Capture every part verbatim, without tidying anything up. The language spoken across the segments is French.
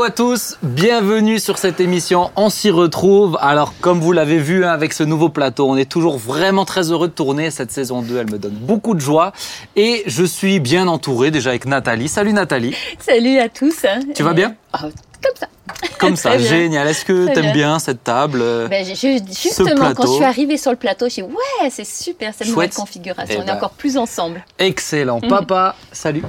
Hello à tous, bienvenue sur cette émission On s'y retrouve. Alors comme vous l'avez vu hein, avec ce nouveau plateau, on est toujours vraiment très heureux de tourner cette saison deux, elle me donne beaucoup de joie et je suis bien entouré déjà avec Nathalie. Salut Nathalie. Salut à tous. Tu vas bien? Oh, comme ça. Comme ça, génial. Est-ce que tu aimes bien. bien cette table? ben, je, Justement, quand je suis arrivée sur le plateau, j'ai dit ouais, c'est super cette nouvelle configuration, eh on ben, est encore plus ensemble. Excellent. Mmh. Papa, salut.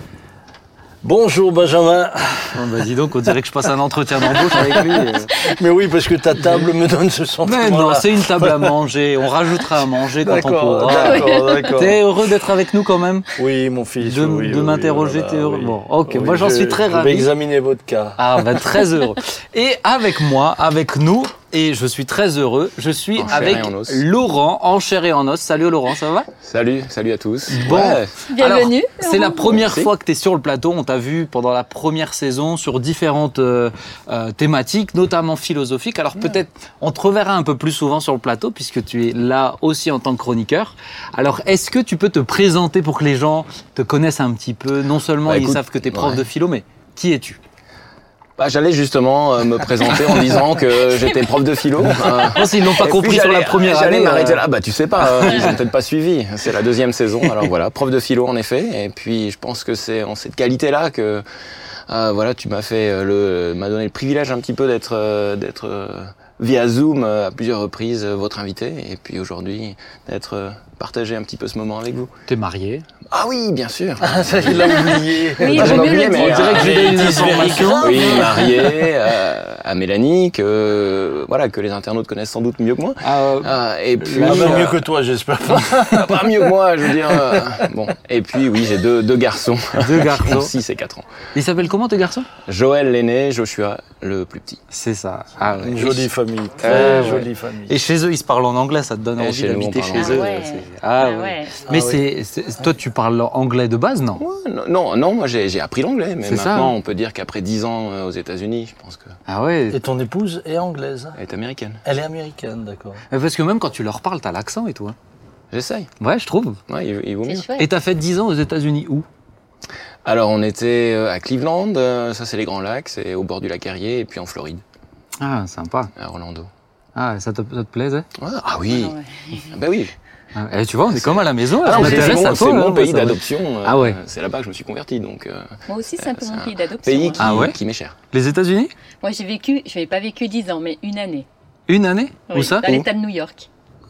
Bonjour Benjamin. Oh bah dis donc, on dirait que je passe un entretien d'embauche avec lui. Mais oui, parce que ta table me donne ce sentiment. Mais non, c'est une table à manger. On rajoutera à manger quand on pourra. D'accord, d'accord. T'es heureux d'être avec nous quand même? Oui, mon fils. De, oui, de oui, m'interroger, voilà, t'es heureux? oui. Bon, ok, oui, moi j'en je, suis très ravi. Je vais examiner votre cas. Ah, bah très heureux. Et avec moi, avec nous, et je suis très heureux, je suis en avec Laurent, en chair et en os. Salut Laurent, ça va? Salut, salut à tous. Bon, ouais. Bienvenue. Alors, c'est la première Merci. fois que tu es sur le plateau. On t'a vu pendant la première saison sur différentes euh, euh, thématiques, notamment philosophiques. Alors ouais. peut-être on te reverra un peu plus souvent sur le plateau puisque tu es là aussi en tant que chroniqueur. Alors est-ce que tu peux te présenter pour que les gens te connaissent un petit peu? Non seulement bah, écoute, ils savent que tu es prof ouais. de philo, mais qui es-tu? Bah, j'allais justement euh, me présenter en disant que j'étais prof de philo. Euh, bon, s'ils l'ont pas compris sur la première année. J'allais m'arrêter euh... là. Bah, tu sais pas, euh, ils ont peut-être pas suivi. C'est la deuxième saison. Alors voilà, prof de philo en effet. Et puis je pense que c'est en cette qualité-là que euh, voilà, tu m'as fait le, m'as donné le privilège un petit peu d'être, euh, d'être euh, via Zoom euh, à plusieurs reprises euh, votre invité. Et puis aujourd'hui d'être euh, partagé un petit peu ce moment avec vous. T'es marié? Ah oui, bien sûr. Ah, ça, il l'a oublié. Oui, il vaut mieux le dire. On dirait que j'ai donné une information. Oui, marié euh, à Mélanie, que voilà que les internautes connaissent sans doute mieux que moi. Ah, euh, euh, et puis ah, bah, euh, mieux que toi, j'espère. Pas mieux que moi, je veux dire. Euh, bon, et puis oui, j'ai deux deux garçons. Deux garçons. six et quatre ans. Ils s'appellent comment tes garçons? Joël l'aîné, Joshua le plus petit. C'est ça. Ah, ouais. Une jolie famille, très euh, jolie ouais. famille. Et chez eux, ils se parlent en anglais, ça te donne et envie d'habiter chez ah, eux. Ouais. Ah, ah ouais. ouais. Mais ah, c'est, oui. c'est, toi, tu parles anglais de base, non? Ouais, non, non, moi j'ai, j'ai appris l'anglais, mais c'est maintenant ça. on peut dire qu'après dix ans aux États-Unis, je pense que. Ah ouais. Et ton épouse est anglaise? Elle est américaine. Elle est américaine, d'accord. Parce que même quand tu leur parles, t'as l'accent et tout. Hein. J'essaye. Ouais, je trouve. Ouais, il, il vaut mieux. Chouette. Et t'as fait dix ans aux États-Unis où? Alors on était à Cleveland, ça c'est les Grands Lacs, c'est au bord du lac Erie, et puis en Floride. Ah, sympa. À Orlando. Ah, ça te, ça te plaisait? Ouais, ah oui. Ah ouais. Ah bah oui. Ah, et tu vois, on est comme à la maison. Ah, je c'est, m'intéresse c'est, à mon, toi, c'est mon hein, pays ça, d'adoption. Ouais. Ah ouais. C'est là-bas que je me suis converti, donc. Euh, Moi aussi, c'est un peu mon pays d'adoption. Pays hein. qui, ah ouais qui m'est cher. Les États-Unis? Moi, j'ai vécu, je n'ai pas vécu dix ans, mais une année. Une année? Oui, Où ça? dans l'État de New York.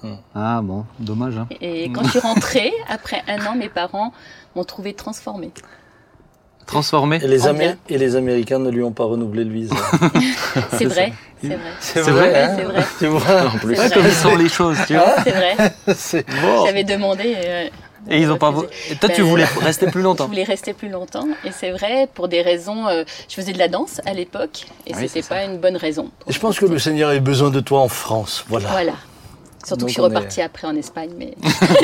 Ah bon, dommage. Hein. Et quand je suis rentrée, après un an, mes parents m'ont trouvée transformée. Transformé. Et les, Amé- et les Américains ne lui ont pas renouvelé le visa. C'est vrai, c'est vrai. C'est vrai, vrai, Ouais, hein c'est vrai. Tu vois, En plus. Ouais, comme ils sont les choses, tu vois. C'est vrai. c'est... Bon. J'avais demandé. Euh, Et ils ont pas. refusé. Et toi, Ben, tu voulais rester plus Je longtemps. voulais rester plus longtemps. Et c'est vrai, pour des raisons. Euh, je faisais de la danse à l'époque. Et Oui, c'était c'est pas une bonne raison. Et je pense que le Seigneur a besoin de toi en France, voilà. Voilà. Surtout Donc que je suis on repartie est... après en Espagne. Mais...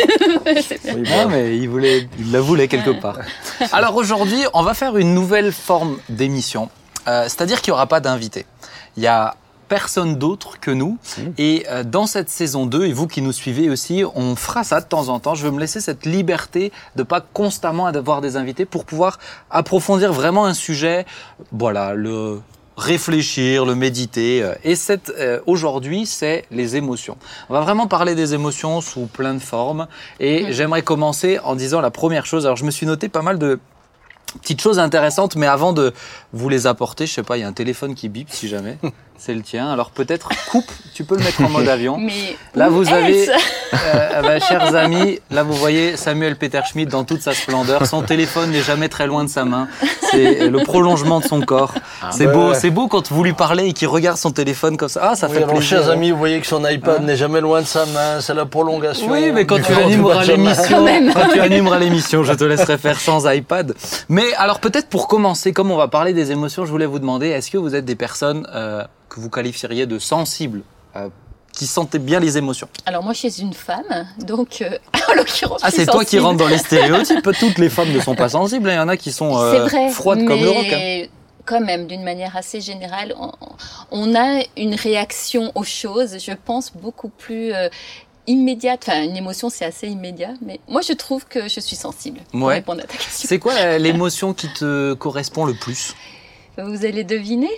c'est bien. Oui, Ah, bah, mais il voulait, il la voulait quelque part. Alors aujourd'hui, on va faire une nouvelle forme d'émission. Euh, c'est-à-dire qu'il n'y aura pas d'invité. Il y a personne d'autre que nous. Mmh. Et euh, dans cette saison deux, et vous qui nous suivez aussi, on fera ça de temps en temps. Je veux me laisser cette liberté de pas constamment avoir des invités pour pouvoir approfondir vraiment un sujet. Voilà, le réfléchir, le méditer. Et cette, euh, aujourd'hui, c'est les émotions. On va vraiment parler des émotions sous plein de formes. Et mmh. j'aimerais commencer en disant la première chose. Alors, je me suis noté pas mal de petites choses intéressantes, mais avant de vous les apporter, je sais pas, il y a un téléphone qui bip si jamais. C'est le tien. Alors peut-être coupe, tu peux le mettre en mode avion. Mais là, vous avez, est-ce euh, bah, chers amis, là vous voyez Samuel Peter Schmidt dans toute sa splendeur. Son téléphone n'est jamais très loin de sa main. C'est le prolongement de son corps. Ah, c'est bah, beau, ouais. c'est beau quand vous lui parlez et qu'il regarde son téléphone comme ça. Ah, ça oui, fait alors, plaisir. chers amis, vous voyez que son iPad hein? n'est jamais loin de sa main. C'est la prolongation. Oui, mais quand tu animeras l'émission, quand tu animeras l'émission, je te laisserai faire sans iPad. Mais alors peut-être pour commencer, comme on va parler des émotions, je voulais vous demander, est-ce que vous êtes des personnes euh, que vous qualifieriez de sensibles, euh, qui sentent bien les émotions? Alors moi, je suis une femme, donc euh, en l'occurrence, ah, je suis c'est toi qui sensible. rentres dans les stéréotypes. Toutes les femmes ne sont pas sensibles. Il y en a qui sont euh, vrai, froides comme le roc. Hein. Quand même, d'une manière assez générale, on, on a une réaction aux choses, je pense, beaucoup plus euh, immédiate. Enfin, une émotion, c'est assez immédiat, mais moi, je trouve que je suis sensible. Pour ouais. répondre à ta question. C'est quoi l'émotion qui te correspond le plus? Vous allez deviner?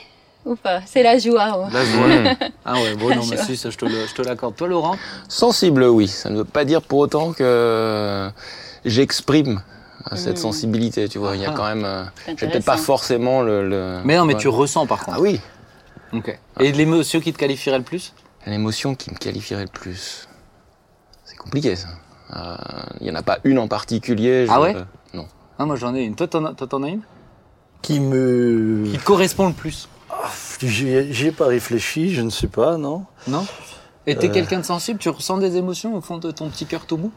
Ou pas? C'est la joie. Ouais. La joie. Mmh. Ah ouais, bon, non, mais si, ça, je te le- je te l'accorde. Toi, Laurent? Sensible, oui. Ça ne veut pas dire pour autant que j'exprime cette Mmh. sensibilité, tu vois. Il y a Ah. quand même... euh, C'est j'ai peut-être pas intéressant. forcément le... le- Mais non, mais ouais. tu ressens par contre. Ah oui. Ok. Et l'émotion qui te qualifierait le plus? L'émotion qui me qualifierait le plus. C'est compliqué, ça. Euh, Il n'y en a pas une en particulier. Ah je- ouais euh, Non. Ah, moi j'en ai une. Toi, t'en as, toi, t'en as une? Qui me... Qui te correspond le plus? J'y j'y ai pas réfléchi, je ne sais pas, non. Non? Et t'es Euh. quelqu'un de sensible? Tu ressens des émotions au fond de ton petit cœur tout mou?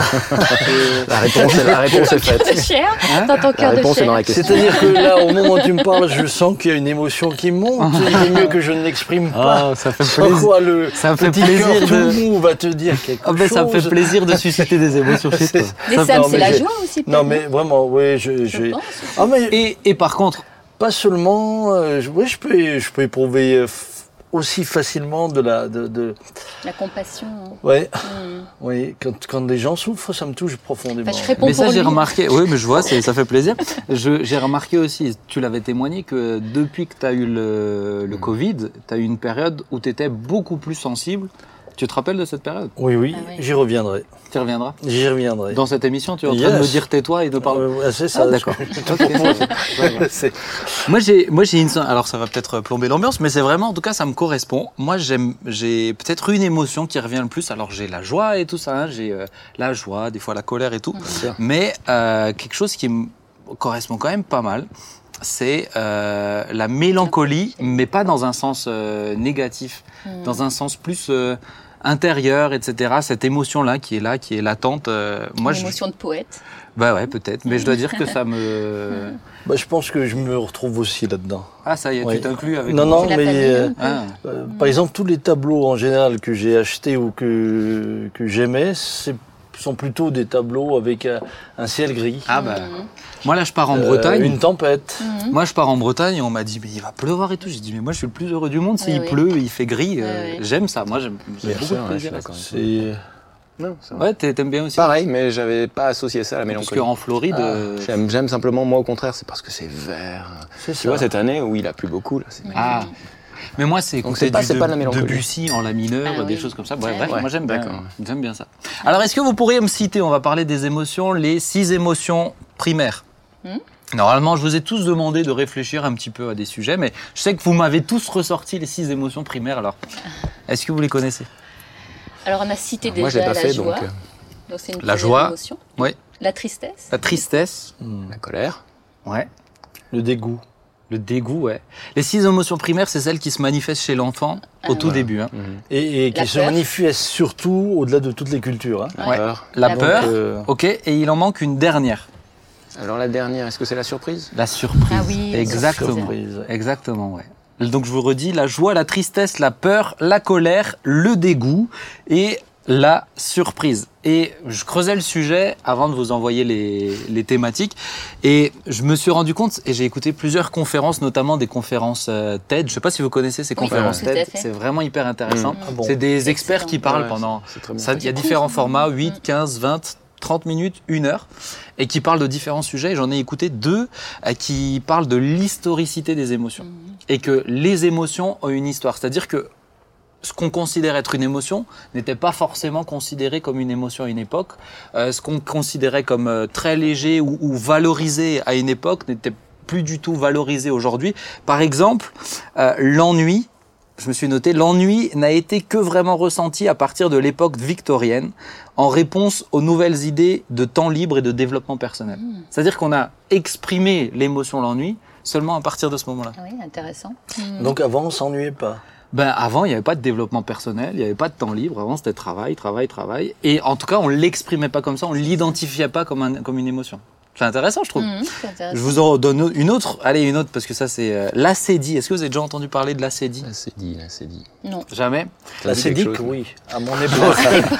La réponse, est- la réponse est faite. De chair, Hein dans ton La cœur de réponse est dans chair. la question. C'est-à-dire que là, au moment où tu me parles, je sens qu'il y a une émotion qui monte. Il vaut mieux que je ne l'exprime pas. Ah, ça fait Sans quoi le Ça me fait petit plaisir cœur tout de... mou va te dire quelque Ah ben, chose. ça me fait plaisir de susciter des émotions chez toi. Mais Ça Sam, non, c'est mais la j'ai- joie aussi. Non, peut-être, mais vraiment, oui, je, je j'ai- pense. Ah, mais Et, et par contre, pas seulement. Euh, je- oui, je peux, je peux éprouver euh, f- aussi facilement de la, de, de- La compassion. hein. ouais, Hmm. oui. Quand, quand les gens souffrent, ça me touche profondément. Enfin, je réponds mais ça pour j'ai lui. remarqué, oui mais je vois, c'est- ça fait plaisir. Je- J'ai remarqué aussi, tu l'avais témoigné, que depuis que tu as eu le, le Covid, tu as eu une période où tu étais beaucoup plus sensible. Tu te rappelles de cette période? Oui, oui, Ah oui. j'y reviendrai. Tu y reviendras. J'y reviendrai. Dans cette émission, tu es en train de Yes. me dire tais-toi et ne parle. Euh, ouais, c'est ça. Ah, d'accord. Ok, ça va. Ouais, ouais. C'est- Moi j'ai moi j'ai une alors ça va peut-être plomber l'ambiance mais c'est vraiment en tout cas ça me correspond. Moi j'aime j'ai peut-être une émotion qui revient le plus. Alors j'ai la joie et tout ça, hein. J'ai euh, la joie, des fois la colère et tout. sûr. Mais euh, quelque chose qui me correspond quand même pas mal, c'est euh, la mélancolie, mais pas dans un sens euh, négatif, Hmm. dans un sens plus euh, intérieur, et cetera. Cette émotion-là qui est là, qui est latente. euh, moi, Une je, émotion de poète. bah ouais, peut-être. Mais je dois dire que ça me. Bah, je pense que je me retrouve aussi là-dedans. Ah, ça y est, Oui. tu t'inclus avec. Non, moi. non, C'est la mais famille, euh, hein. Ah. euh, par exemple, tous les tableaux en général que j'ai achetés ou que, que j'aimais, c'est sont plutôt des tableaux avec un, un ciel gris. Ah bah. Hmm. Moi là, je pars en Euh, Bretagne. Une tempête. Hmm. Moi, je pars en Bretagne et on m'a dit, mais il va pleuvoir et tout. J'ai dit, mais moi, je suis le plus heureux du monde. S'il Ouais, pleut, il fait gris. euh, Ouais, ouais. J'aime ça. Moi, j'aime j'ai Bien beaucoup sûr, de ouais, plaisir. je à suis ça. d'accord. C'est Non, c'est vrai. Ouais, t'a- t'aimes bien aussi. Pareil, mais j'avais pas associé ça à la Parce mélancolie. qu'en Floride, Ah, euh, J'aime, j'aime simplement, moi au contraire, c'est parce que c'est vert. c'est Tu ça. vois, cette année où il a plu beaucoup, là, c'est magnifique. ah. Mais moi, c'est Donc écouter c'est pas- du c'est de, pas de la mélancolie. Debussy en la mineur, Ah des oui. choses comme ça. Bref, Ah bref, oui. moi j'aime bien. D'accord. J'aime bien ça. Alors, est-ce que vous pourriez me citer, on va parler des émotions, les six émotions primaires. Hmm. Normalement, je vous ai tous demandé de réfléchir un petit peu à des sujets, mais je sais que vous m'avez tous ressorti les six émotions primaires. Alors, est-ce que vous les connaissez? Alors, on a cité Alors, moi, je l'ai déjà pas la fait, joie. donc euh, Donc, c'est une La première joie. émotion. Oui. La tristesse. La tristesse. Hmm. la colère. Ouais. Le dégoût. Le dégoût, ouais. Les six émotions primaires, c'est celles qui se manifestent chez l'enfant au Ah, tout ouais. début. Hein. Mhm. Et, et qui La se peur. manifeste surtout au-delà de toutes les cultures. Hein. La Ouais. peur. La La peur, Donc, euh, ok, et il en manque une dernière. Alors la dernière, est-ce que c'est la surprise? La surprise. Ah oui, exactement. surprise. Exactement, ouais. Donc je vous redis, la joie, la tristesse, la peur, la colère, le dégoût et la surprise. Et je creusais le sujet avant de vous envoyer les, les thématiques et je me suis rendu compte, et j'ai écouté plusieurs conférences, notamment des conférences euh, TED. Je ne sais pas si vous connaissez ces Oui, conférences tout à TED, fait. c'est vraiment hyper intéressant. Ah bon. C'est des experts Excellent. qui parlent Ouais, pendant... c'est très bien. Ça, il y a Du coup, différents ça- formats, Mm. huit, quinze, vingt, trente minutes, une heure, et qui parlent de différents sujets. Et j'en ai écouté deux euh, qui parlent de l'historicité des émotions. Mhm. Et que les émotions ont une histoire. C'est-à-dire que ce qu'on considère être une émotion n'était pas forcément considéré comme une émotion à une époque. Euh, ce qu'on considérait comme euh, très léger ou, ou valorisé à une époque n'était plus du tout valorisé aujourd'hui. Par exemple, euh, l'ennui. Je me suis noté, l'ennui n'a été que vraiment ressenti à partir de l'époque victorienne, en réponse aux nouvelles idées de temps libre et de développement personnel. Mmh. C'est-à-dire qu'on a exprimé l'émotion l'ennui seulement à partir de ce moment-là. Ah oui, intéressant. Hmm. Donc avant, on s'ennuyait pas. Ben avant, il n'y avait pas de développement personnel, il n'y avait pas de temps libre. Avant, c'était travail, travail, travail. Et en tout cas, on l'exprimait pas comme ça, on l'identifiait pas comme, un, comme une émotion. C'est intéressant, je trouve. Mhm, c'est intéressant. Je vous en donne une autre. Allez, une autre, parce que ça, c'est euh, l'acédie. Est-ce que vous avez déjà entendu parler de l'acédie? Là, c'est dit, là, c'est dit. Non. Jamais. Ça La dit quelque sédique, chose, oui. À mon époque.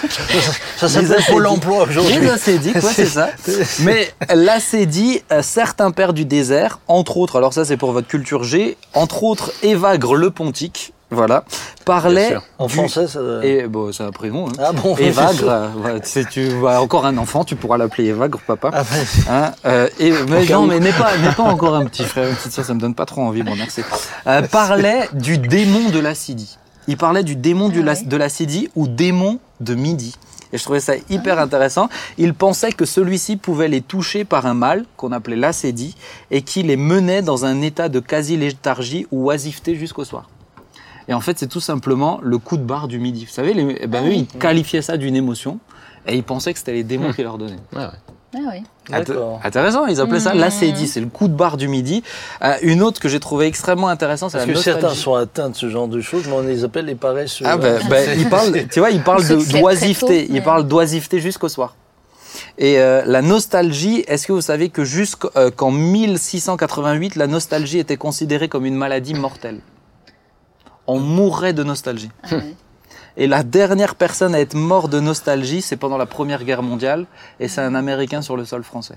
ça s'appelle acédiques. Pôle emploi aujourd'hui. Les acédiques, ouais, c'est ça. Mais l'acédie, euh, certains pères du désert, entre autres, alors ça c'est pour votre culture G, entre autres Évagre le Pontique, voilà, parlait en du... français, ça... Et bon, c'est un prénom. Hein. Ah bon. Évagre. euh, voilà, si tu vois encore un enfant, tu pourras l'appeler Évagre, papa. Ah ben, Hein, euh, et, mais non, mais n'est pas, n'est pas encore un petit frère, une petite sœur, ça me donne pas trop envie, bon merci. Euh, parlait du démon de l'acidi. Il parlait du démon du Ah la- ouais. de l'acidi ou démon de midi. Et je trouvais ça hyper intéressant. Il pensait que celui-ci pouvait les toucher par un mal, qu'on appelait l'acédie, et qui les menait dans un état de quasi-léthargie ou oisiveté jusqu'au soir. Et en fait, c'est tout simplement le coup de barre du midi. Vous savez, les, eh ben, Ah eux, oui. ils qualifiaient ça d'une émotion, et ils pensaient que c'était les démons qui leur donnaient. Ouais, ouais. Ah oui. d'accord. Intéressant, ils appelaient ça Mmh. l'acédie, c'est le coup de barre du midi. Euh, une autre que j'ai trouvée extrêmement intéressante, c'est Parce la que certains nostalgie. sont atteints de ce genre de choses, mais on les appelle les paresseux. Ah ben, hein. ben, il parle, tu vois, il parle Ceux de qui se lèvent d'oisiveté, très tôt, il mais- parle d'oisiveté jusqu'au soir. Et euh, la nostalgie, est-ce que vous savez que jusqu'en mille six cent quatre-vingt-huit, la nostalgie était considérée comme une maladie mortelle? On mourrait de nostalgie. Ah ouais. Et la dernière personne à être morte de nostalgie, c'est pendant la Première Guerre mondiale, et c'est un Américain sur le sol français.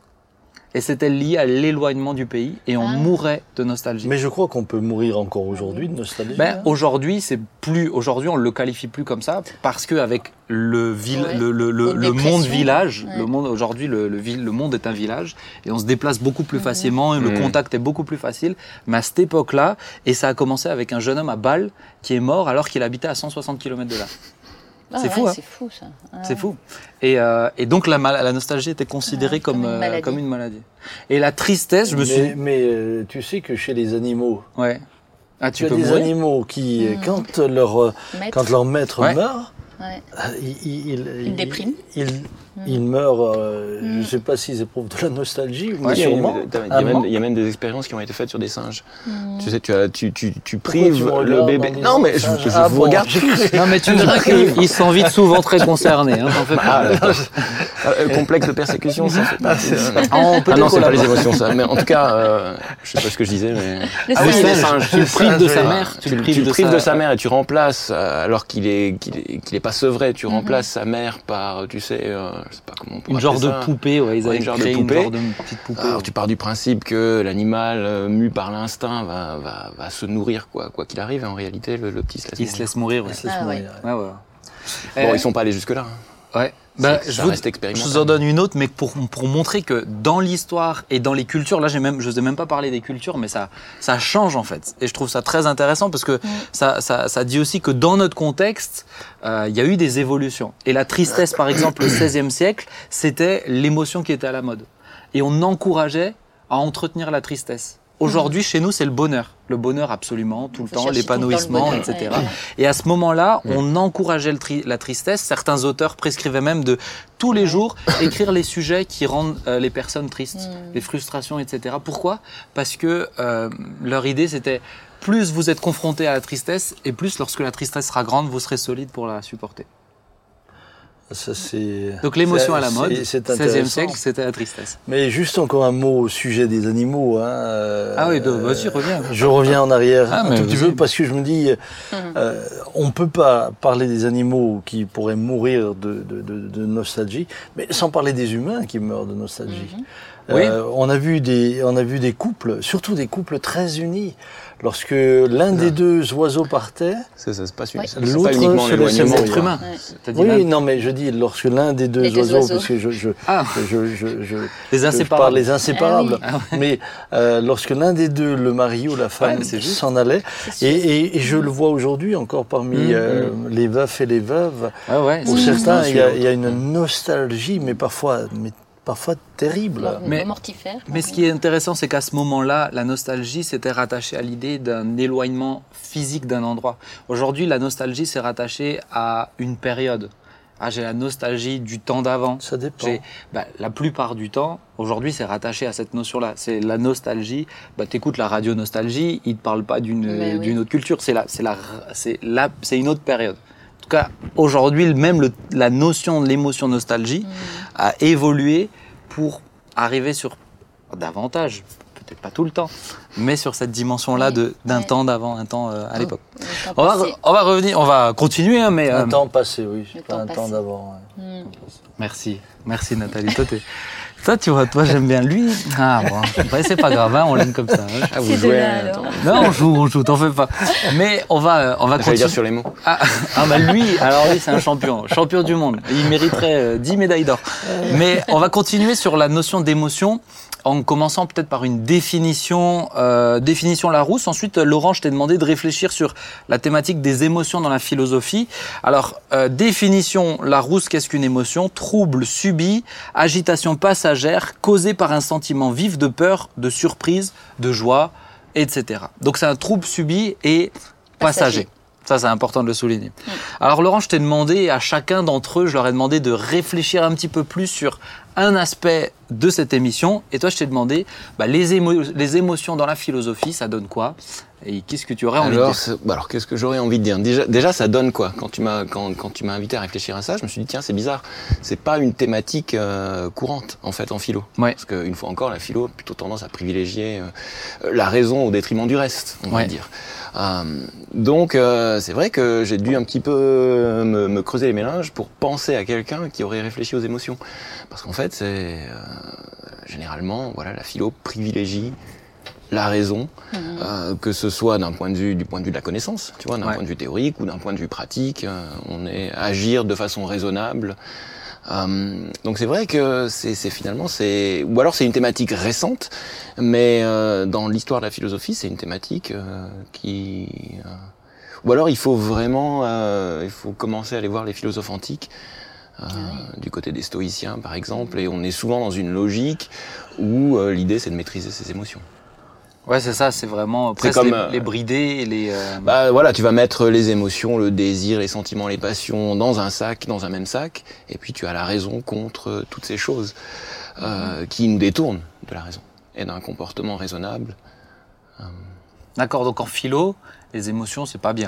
Et c'était lié à l'éloignement du pays, et on Ah. mourait de nostalgie. Mais je crois qu'on peut mourir encore aujourd'hui de nostalgie. Ben, hein. aujourd'hui, c'est plus. Aujourd'hui, on le qualifie plus comme ça parce que avec le vil- Ouais. le, le, le, Aux le monde dépressions. village, Ouais. le monde aujourd'hui, le, le, vil- le monde est un village et on se déplace beaucoup plus Mhm. facilement et le Mhm. contact est beaucoup plus facile. Mais à cette époque-là, et ça a commencé avec un jeune homme à Bâle qui est mort alors qu'il habitait à cent soixante kilomètres de là. Ah C'est ouais, fou, hein. C'est fou, ça. Ah C'est ouais. fou. Et, euh, et donc la, mal- la nostalgie était considérée Ouais, comme, comme une euh, maladie. comme une maladie. Et la tristesse, je me mais, suis. mais euh, tu sais que chez les animaux, Ouais. Ah, tu tu as peux des mourir. animaux qui, Mhm. quand leur, euh, Maître. quand leur maître Ouais. meurt, Ouais. euh, il, il, il, Il déprime. Il, Mhm. il meurt, euh, je Mhm. ne sais pas s'ils éprouvent de la nostalgie, mais Ouais, Il y a- sûrement. il y a- il y un a même- manque. il y a même des expériences qui ont été faites sur des singes. Mhm. Tu sais, tu, as, tu, tu, tu Pourquoi prives tu me le regardes bébé. en disant Non, mais je, ça je Ah vous bon, regarde j'ai tous. Non, mais tu verras qu'ils sont vite souvent très concernés. Hein, t'en fais pas. Ah, d'accord. Euh, complexe de persécution, ça fait pas. Ah, on peut Ah non, c'est pas collaborer. les émotions, ça. Mais en tout cas, euh, je sais pas ce que je disais, mais. Le Ah oui, singe. les singes. singes. Tu le prives de sa singe, mère. Tu, tu le prives de sa mère et tu remplaces, euh, alors qu'il est, qu'il est, qu'il est pas sevré, tu remplaces sa mère par, tu sais, euh, je sais pas comment on pourrait Une genre appeler de ça. poupée, ouais, ils Ouais, avaient une genre de créé poupée. une genre de petite poupée. Alors tu pars du principe que l'animal euh, mu par l'instinct va, va, va se nourrir quoi quoi qu'il arrive, et en réalité le, le petit se laisse Ils se mourir. laissent mourir. Ouais. Il se laisse Ah mourir, ouais. ouais. Ouais, ouais. Bon, Euh, ils sont pas allés jusque là. Hein. Ouais. Bah, Ça je, reste vous, je expérimental. vous en donne une autre, mais pour, pour montrer que dans l'histoire et dans les cultures, là, j'ai même, je n'osais même pas parler des cultures, mais ça, ça change en fait. Et je trouve ça très intéressant parce que ça, ça, ça dit aussi que dans notre contexte, euh, il y a eu des évolutions. Et la tristesse, par exemple, au seizième siècle, c'était l'émotion qui était à la mode. Et on encourageait à entretenir la tristesse. Aujourd'hui, chez nous, c'est le bonheur. Le bonheur absolument, tout le Faut temps, chercher l'épanouissement, tout le temps le et cetera. bonheur, ouais. Et à ce moment-là, on encourageait le tri- la tristesse. Certains auteurs prescrivaient même de tous les jours écrire les sujets qui rendent euh, les personnes tristes, Mm. les frustrations, et cetera. Pourquoi ? Parce que euh, leur idée, c'était plus vous êtes confronté à la tristesse, et plus lorsque la tristesse sera grande, vous serez solide pour la supporter. Ça, c'est... Donc l'émotion c'est- à la mode, c'est- c'est seizième intéressant. siècle, c'était la tristesse. Mais juste encore un mot au sujet des animaux. Hein, euh, Ah oui, de- vas-y, reviens. Je reviens en arrière Ah, un mais tout petit vas-y. peu parce que je me dis, euh, on ne peut pas parler des animaux qui pourraient mourir de, de, de, de nostalgie, mais sans parler des humains qui meurent de nostalgie. Oui. Euh, on a vu des, on a vu des couples, surtout des couples très unis. Lorsque l'un des deux oiseaux partait, C'est, c'est pas, Ouais. c'est L'autre pas uniquement se laisse l'éloignement. mourir. Être humain. Ouais. T'as dit oui, là non, mais je dis lorsque l'un des deux Les deux oiseaux, oiseaux. parce que je, je, Ah, je, je, je, les je parle inséparables. les inséparables. Ah oui. Mais euh, lorsque l'un des deux, le mari ou la femme, Ouais, c'est juste. s'en allait, C'est et, sûr. et, et je le vois aujourd'hui encore parmi Mmh, euh, les veufs et les veuves, Ouais, ouais. pour c'est juste certains, un il y, a, sur il y a une nostalgie, mais parfois, mais parfois terrible. Mor- Mais- mortifère. Mais ce qui est intéressant, c'est qu'à ce moment-là, la nostalgie s'était rattachée à l'idée d'un éloignement physique d'un endroit. Aujourd'hui, la nostalgie s'est rattachée à une période. Ah, j'ai la nostalgie du temps d'avant. Ça dépend. J'ai- bah, la plupart du temps, aujourd'hui, c'est rattaché à cette notion-là. C'est la nostalgie. Bah, t'écoutes la radio nostalgie, ils te parlent pas d'une Mais oui. d'une autre culture. C'est la, c'est la, c'est la, c'est une autre période. En tout cas, aujourd'hui, même le- la notion de l'émotion nostalgie a évolué pour arriver sur davantage, peut-être pas tout le temps, mais sur cette dimension-là Oui, de d'un ouais. temps d'avant, un temps euh, à l'époque. Le temps On va, passé. on va revenir, on va continuer, hein, mais euh, Un temps passé, oui, Le pas temps un temps passé. d'avant. ouais. Mm. merci, merci Nathalie. Toi, t'es Toi, tu vois, toi, j'aime bien lui. Ah bon, ouais, c'est pas grave, hein, on l'aime comme ça. Hein. Ah, vous C'est de jouez. là, euh, alors. Non, on joue, on joue, t'en fais pas. Mais on va, on va J'allais continuer. dire sur les mots. Ah, ah bah lui, alors lui, c'est un champion, champion du monde. Il mériterait euh, dix médailles d'or. Mais on va continuer sur la notion d'émotion. En commençant peut-être par une définition, euh, définition Larousse. Ensuite, Laurent, je t'ai demandé de réfléchir sur la thématique des émotions dans la philosophie. Alors, euh, définition Larousse, qu'est-ce qu'une émotion ? Trouble subi, agitation passagère, causée par un sentiment vif de peur, de surprise, de joie, et cetera. Donc, c'est un trouble subi et passager. Passager. Ça, c'est important de le souligner. Mm. Alors, Laurent, je t'ai demandé, à chacun d'entre eux, je leur ai demandé de réfléchir un petit peu plus sur un aspect de cette émission. Et toi, je t'ai demandé, bah, les, émo- les émotions dans la philosophie, ça donne quoi ? Et qu'est-ce que tu aurais envie Alors, de dire ? c'est- bah alors qu'est-ce que j'aurais envie de dire déjà, déjà, ça donne quoi quand tu m'as quand, quand tu m'as invité à réfléchir à ça, je me suis dit tiens, c'est bizarre. C'est pas une thématique euh, courante en fait en philo. Ouais. Parce qu'une fois encore, la philo a plutôt tendance à privilégier euh, la raison au détriment du reste, on Ouais. va dire. Euh, donc euh, c'est vrai que j'ai dû un petit peu me, me creuser les méninges pour penser à quelqu'un qui aurait réfléchi aux émotions. Parce qu'en fait, c'est euh, généralement voilà la philo privilégie la raison, Mhm. euh, que ce soit d'un point de vue du point de vue de la connaissance, tu vois, d'un Ouais. point de vue théorique ou d'un point de vue pratique, euh, on est agir de façon raisonnable. Euh, donc c'est vrai que c'est, c'est finalement c'est ou alors c'est une thématique récente, mais euh, dans l'histoire de la philosophie c'est une thématique euh, qui euh, ou alors il faut vraiment euh, il faut commencer à aller voir les philosophes antiques. Euh, du côté des stoïciens par exemple, et on est souvent dans une logique où euh, l'idée c'est de maîtriser ses émotions. Ouais, c'est ça, c'est vraiment presque comme, les, euh, les brider et les... euh, Bah voilà, tu vas mettre les émotions, le désir, les sentiments, les passions dans un sac, dans un même sac, et puis tu as la raison contre toutes ces choses euh, qui nous détournent de la raison et d'un comportement raisonnable. D'accord, donc en philo, les émotions, c'est pas bien.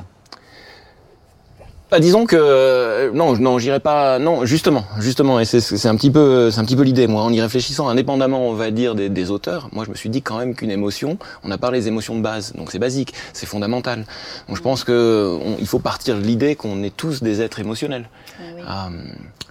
Bah, disons que euh, non, non, j'irai pas. Non, justement, justement, et c'est, c'est un petit peu, c'est un petit peu l'idée. Moi, en y réfléchissant, indépendamment, on va dire des, des auteurs. Moi, je me suis dit quand même qu'une émotion, on a parlé des émotions de base, donc c'est basique, c'est fondamental. Donc, je pense que on, il faut partir de l'idée qu'on est tous des êtres émotionnels. Ah oui. Euh,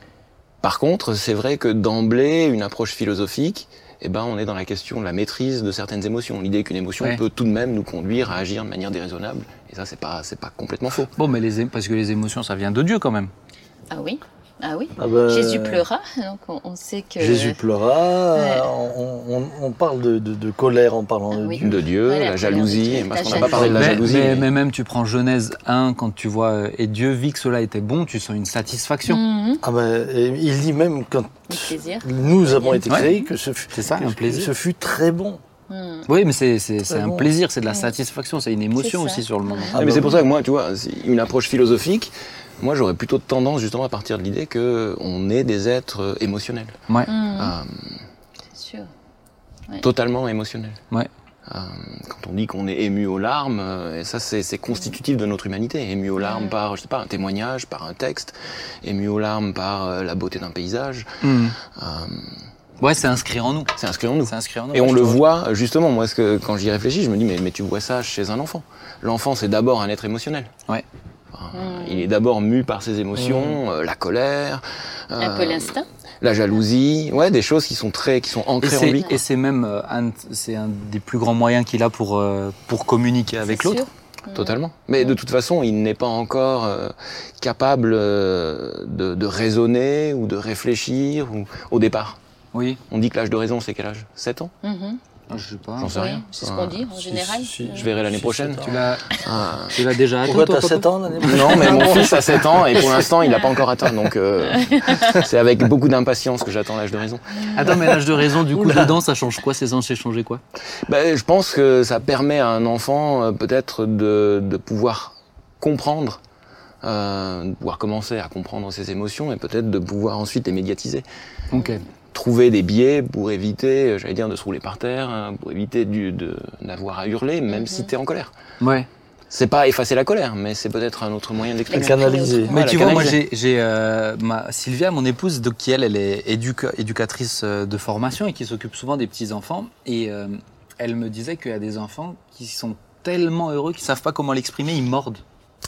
par contre, c'est vrai que d'emblée, une approche philosophique, eh ben, on est dans la question de la maîtrise de certaines émotions. L'idée qu'une émotion Ouais. peut tout de même nous conduire à agir de manière déraisonnable. Et ça, c'est pas, c'est pas complètement faux. Bon, mais les, é- parce que les émotions, ça vient de Dieu quand même. Ah oui, ah oui. Ah ben, Jésus pleura, donc on, on sait que... Jésus pleura. Ouais. On, on- on parle de, de- de colère en parlant Ah de oui. Dieu. De Dieu, Voilà, la jalousie, la parce qu'on n'a jalousie. pas parlé de la mais, jalousie. mais, mais- mais même tu prends Genèse un, quand tu vois euh, « Et Dieu vit que cela était bon », tu sens une satisfaction. Mhm. Ah ben, et il dit même quand Du plaisir. nous avons été Ouais. créés que ce fut, C'est ça, que un plaisir. ce fut très bon. Mhm. Oui, mais c'est, c'est, c'est un bon. plaisir, c'est de la Ouais. satisfaction, c'est une émotion C'est ça. aussi sur le moment. Ah mais bah c'est pour oui. ça que moi, tu vois, c'est une approche philosophique, moi j'aurais plutôt tendance justement à partir de l'idée que on est des êtres euh, émotionnels, Ouais. Mhm. euh, C'est sûr. totalement émotionnels. Ouais. Euh, quand on dit qu'on est ému aux larmes, euh, et ça c'est, c'est constitutif de notre humanité, ému aux larmes Mhm. par, je sais pas, un témoignage, par un texte, ému aux larmes par euh, la beauté d'un paysage, Mhm. euh, Ouais, c'est inscrit en nous. c'est inscrit en nous. C'est inscrit en nous. Et ouais, on je le trouve. voit, justement, moi, ce que, quand j'y réfléchis, je me dis, mais, mais tu vois ça chez un enfant. L'enfant, c'est d'abord un être émotionnel. Ouais. Enfin, Mm. Il est d'abord mu par ses émotions, euh, la colère, Un euh, peu l'instinct. la jalousie, ouais, des choses qui sont très, qui sont Et ancrées en c'est, lui. et c'est même euh, un, c'est un des plus grands moyens qu'il a pour, euh, pour communiquer avec C'est l'autre. sûr. Totalement. Mais de toute façon, il n'est pas encore euh, capable euh, de, de raisonner ou de réfléchir ou, au départ. Oui. On dit que l'âge de raison, c'est quel âge ? sept ans ? Mhm. Je sais pas. J'en sais Oui, rien. c'est ce Euh, qu'on dit en si- général. si- Je verrai l'année Si, prochaine. sept ans. Tu l'as, Ah. tu l'as déjà atteint, Pourquoi toi, t'as papa sept ans l'année Non, mais mon fils a sept ans et pour l'instant, il n'a pas encore atteint. Donc, euh, c'est avec beaucoup d'impatience que j'attends l'âge de raison. Attends, mais l'âge de raison, du coup, Oula. dedans, ça change quoi? C'est censé changer quoi? Ben, je pense que ça permet à un enfant euh, peut-être de, de pouvoir comprendre, euh, de pouvoir commencer à comprendre ses émotions et peut-être de pouvoir ensuite les médiatiser. Ok. Trouver des biais pour éviter, euh, j'allais dire, de se rouler par terre, hein, pour éviter du, de, d'avoir à hurler, même Mhm. si t'es en colère. Ouais. C'est pas effacer la colère, mais c'est peut-être un autre moyen d'exprimer. Canaliser. Mais Ouais, tu la vois, moi, canaliser. j'ai, j'ai euh, ma Sylvia, mon épouse, donc, qui elle, elle est éduca- éducatrice euh, de formation et qui s'occupe souvent des petits enfants. Et euh, elle me disait qu'il y a des enfants qui sont tellement heureux qu'ils savent pas comment l'exprimer, ils mordent.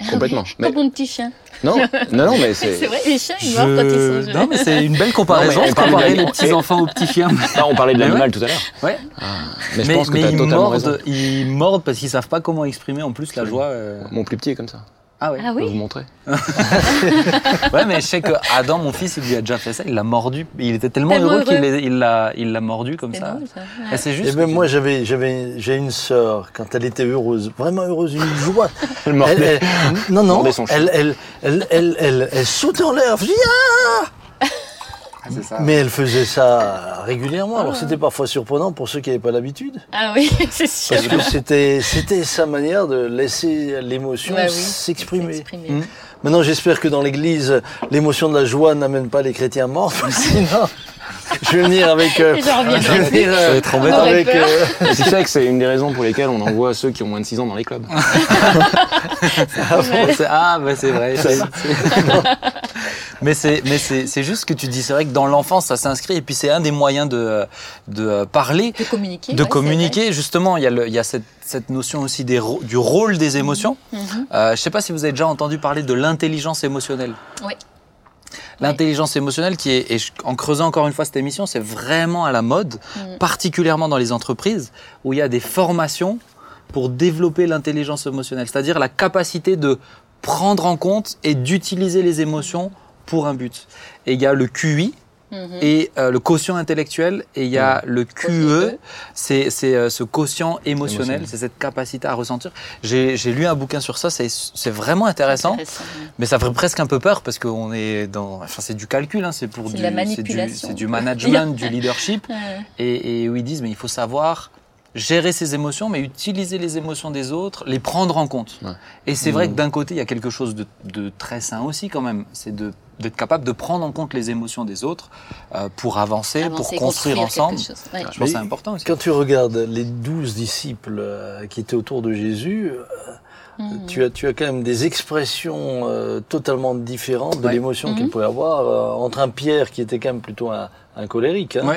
Complètement. Mais... Comme mon petit chien. Non, non, non, mais c'est... c'est vrai, les chiens, ils mordent quand ils sont jeunes. Non, mais c'est une belle comparaison. Non, on comparer les petits-enfants aux petits chiens. Non, on parlait de l'animal ouais. tout à l'heure. Ouais. Ah, mais je mais, pense que mais tu as ils totalement mordent, raison. Ils mordent parce qu'ils savent pas comment exprimer en plus la joie. Euh... Mon plus petit est comme ça. Ah ouais. Ah Je oui. peux vous montrer. Ouais, mais je sais que Adam, mon fils, il lui a déjà fait ça. Il l'a mordu. Il était tellement, Tellement heureux, heureux. qu'il il l'a, il l'a mordu comme C'est ça. drôle, ça. Ouais. Et c'est juste. Et même que- moi, j'avais, j'avais, j'ai une sœur, quand elle était heureuse, vraiment heureuse, une joie. Elle mordait. Elle- elle- non, non, Mordait son chien. elle, elle, elle, elle, elle, elle sautait en l'air, elle faisait, ah Ah, c'est ça. mais elle faisait ça régulièrement. Alors c'était parfois surprenant pour ceux qui n'avaient pas l'habitude, Ah oui, c'est sûr. parce que c'était, c'était sa manière de laisser l'émotion Bah oui, s'exprimer. s'exprimer. Mm. Maintenant, j'espère que dans l'Église, l'émotion de la joie n'amène pas les chrétiens morts, parce que sinon, je vais venir avec. euh, Et j'en reviens je vais pas. venir, euh, Ça va être embêtant. avec. peur. euh, Tu sais que c'est une des raisons pour lesquelles on envoie ceux qui ont moins de six ans dans les clubs. Ah, bon, c'est- ah, bah c'est vrai. c'est- c'est- mais c'est, mais c'est, c'est juste ce que tu dis. C'est vrai que dans l'enfance, ça s'inscrit. Et puis c'est un des moyens de, de parler, De communiquer. de ouais, communiquer. Justement, il y a, le, il y a cette, cette notion aussi des, rô- du rôle des émotions. c'est vrai. Mhm. Euh, je ne sais pas si vous avez déjà entendu parler de l'intelligence émotionnelle. Oui. L'intelligence émotionnelle qui est, et je- en creusant encore une fois cette émission, c'est vraiment à la mode, Mm. particulièrement dans les entreprises, où il y a des formations pour développer l'intelligence émotionnelle, c'est-à-dire la capacité de prendre en compte et d'utiliser les émotions pour un but. Et il y a le Q I, Mhm. et euh, le quotient intellectuel, et il y a le Q E, Q E. c'est c'est, euh, ce quotient émotionnel, Émotionnel. c'est cette capacité à ressentir. J'ai j'ai lu un bouquin sur ça, c'est c'est vraiment intéressant, Intéressant, ouais. mais ça ferait presque un peu peur parce qu'on est dans, enfin c'est du calcul, hein, c'est pour C'est du, de la c'est du, manipulation. c'est du management, du leadership, Ouais. et, et où ils disent mais il faut savoir gérer ses émotions, mais utiliser les émotions des autres, les prendre en compte. Ouais. Et c'est vrai Mmh. que d'un côté, il y a quelque chose de, de très sain aussi quand même, c'est de d'être capable de prendre en compte les émotions des autres euh, pour avancer, Avancer, pour construire ensemble. quelque chose. Ouais. Je pense Mais que c'est important aussi. Quand tu regardes les douze disciples euh, qui étaient autour de Jésus, euh, Mhm. tu, as, tu as quand même des expressions euh, totalement différentes de Ouais. l'émotion Mhm. qu'il pouvait avoir euh, entre un Pierre qui était quand même plutôt un, un colérique. Hein. Ouais.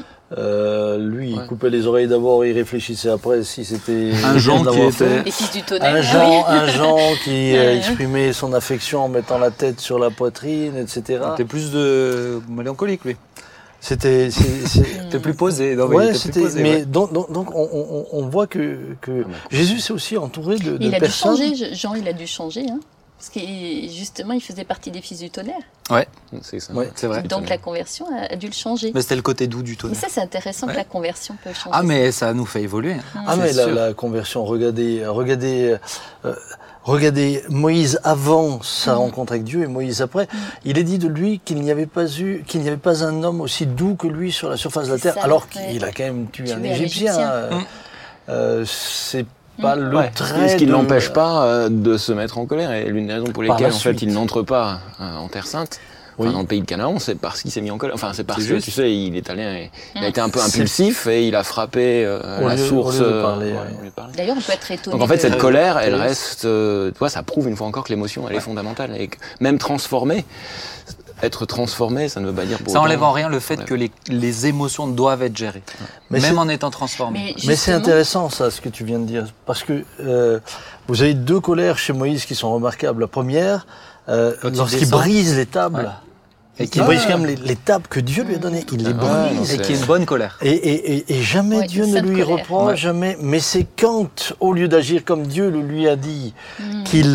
Euh, lui, Ouais. il coupait les oreilles d'abord, il réfléchissait après si c'était Un bien Jean qui d'avoir était- fait. Les fils du tonnerre. Un ah Jean, oui. un Jean qui euh, Ouais. exprimait son affection en mettant la tête sur la poitrine, et cetera. T'es plus de mélancolique lui. C'était, c'est- c'est- T'es plus posé. Non, mais il ouais, était plus c'était. posé, mais ouais. donc, donc, donc on, on, on voit que, que Jésus s'est aussi entouré de, de Il a dû personnes. changer, je- Jean, il a dû changer. Hein, parce que justement, il faisait partie des fils du tonnerre. C'est ça. Ouais. C'est vrai. Donc la conversion a, a dû le changer. Mais c'était le côté doux du Mais tonnerre. ça, c'est intéressant Ouais. que la conversion peut changer. Ah mais ça nous fait évoluer. Ah C'est mais la, sûr. la conversion, regardez, regardez, euh, regardez Moïse avant sa Mm. rencontre avec Dieu et Moïse après. Il est dit de lui qu'il n'y avait pas eu, qu'il n'y avait pas un homme aussi doux que lui sur la surface de la C'est terre, ça, alors ouais. qu'il a quand même tué Tué un un Égyptien. Égyptien. Euh, Mm. euh, c'est pas le Ouais, trait. ce qui ne de- l'empêche pas euh, de se mettre en colère. Et l'une des raisons pour Par lesquelles la en fait, suite. il n'entre pas euh, en Terre Sainte, enfin, Oui. dans le pays de Canaan, c'est parce qu'il s'est mis en colère. Enfin, c'est parce C'est que, juste. tu sais, il est allé, il a Mm. été un peu C'est- impulsif et il a frappé euh, Au la lieu- au source. lieu de euh, parler, ouais, ouais. au lieu de parler. D'ailleurs, on peut être étonné. Donc en fait, cette de- colère, elle Oui. reste, euh, tu vois, ça prouve une fois encore que l'émotion, elle est fondamentale. Et que même transformée, être transformé, ça ne veut pas dire pour Ça autant- enlève en rien le fait Ouais. que les, les émotions doivent être gérées, Mais même c'est- en étant transformées. Mais, Mais c'est justement, intéressant ça, ce que tu viens de dire, parce que euh, vous avez deux colères chez Moïse qui sont remarquables. La première, euh, Quand il lorsqu'il descend. brise les tables, Ouais. et Et qu'il qui- brise quand même les, les tables que Dieu lui a données, il les Ah, brise. non, Et c'est- qui est une bonne colère. Et, et, et, et jamais Ouais, Dieu une ne sainte lui colère. reproche, Ouais. jamais. Mais c'est quand, au lieu d'agir comme Dieu le lui a dit, Mm. qu'il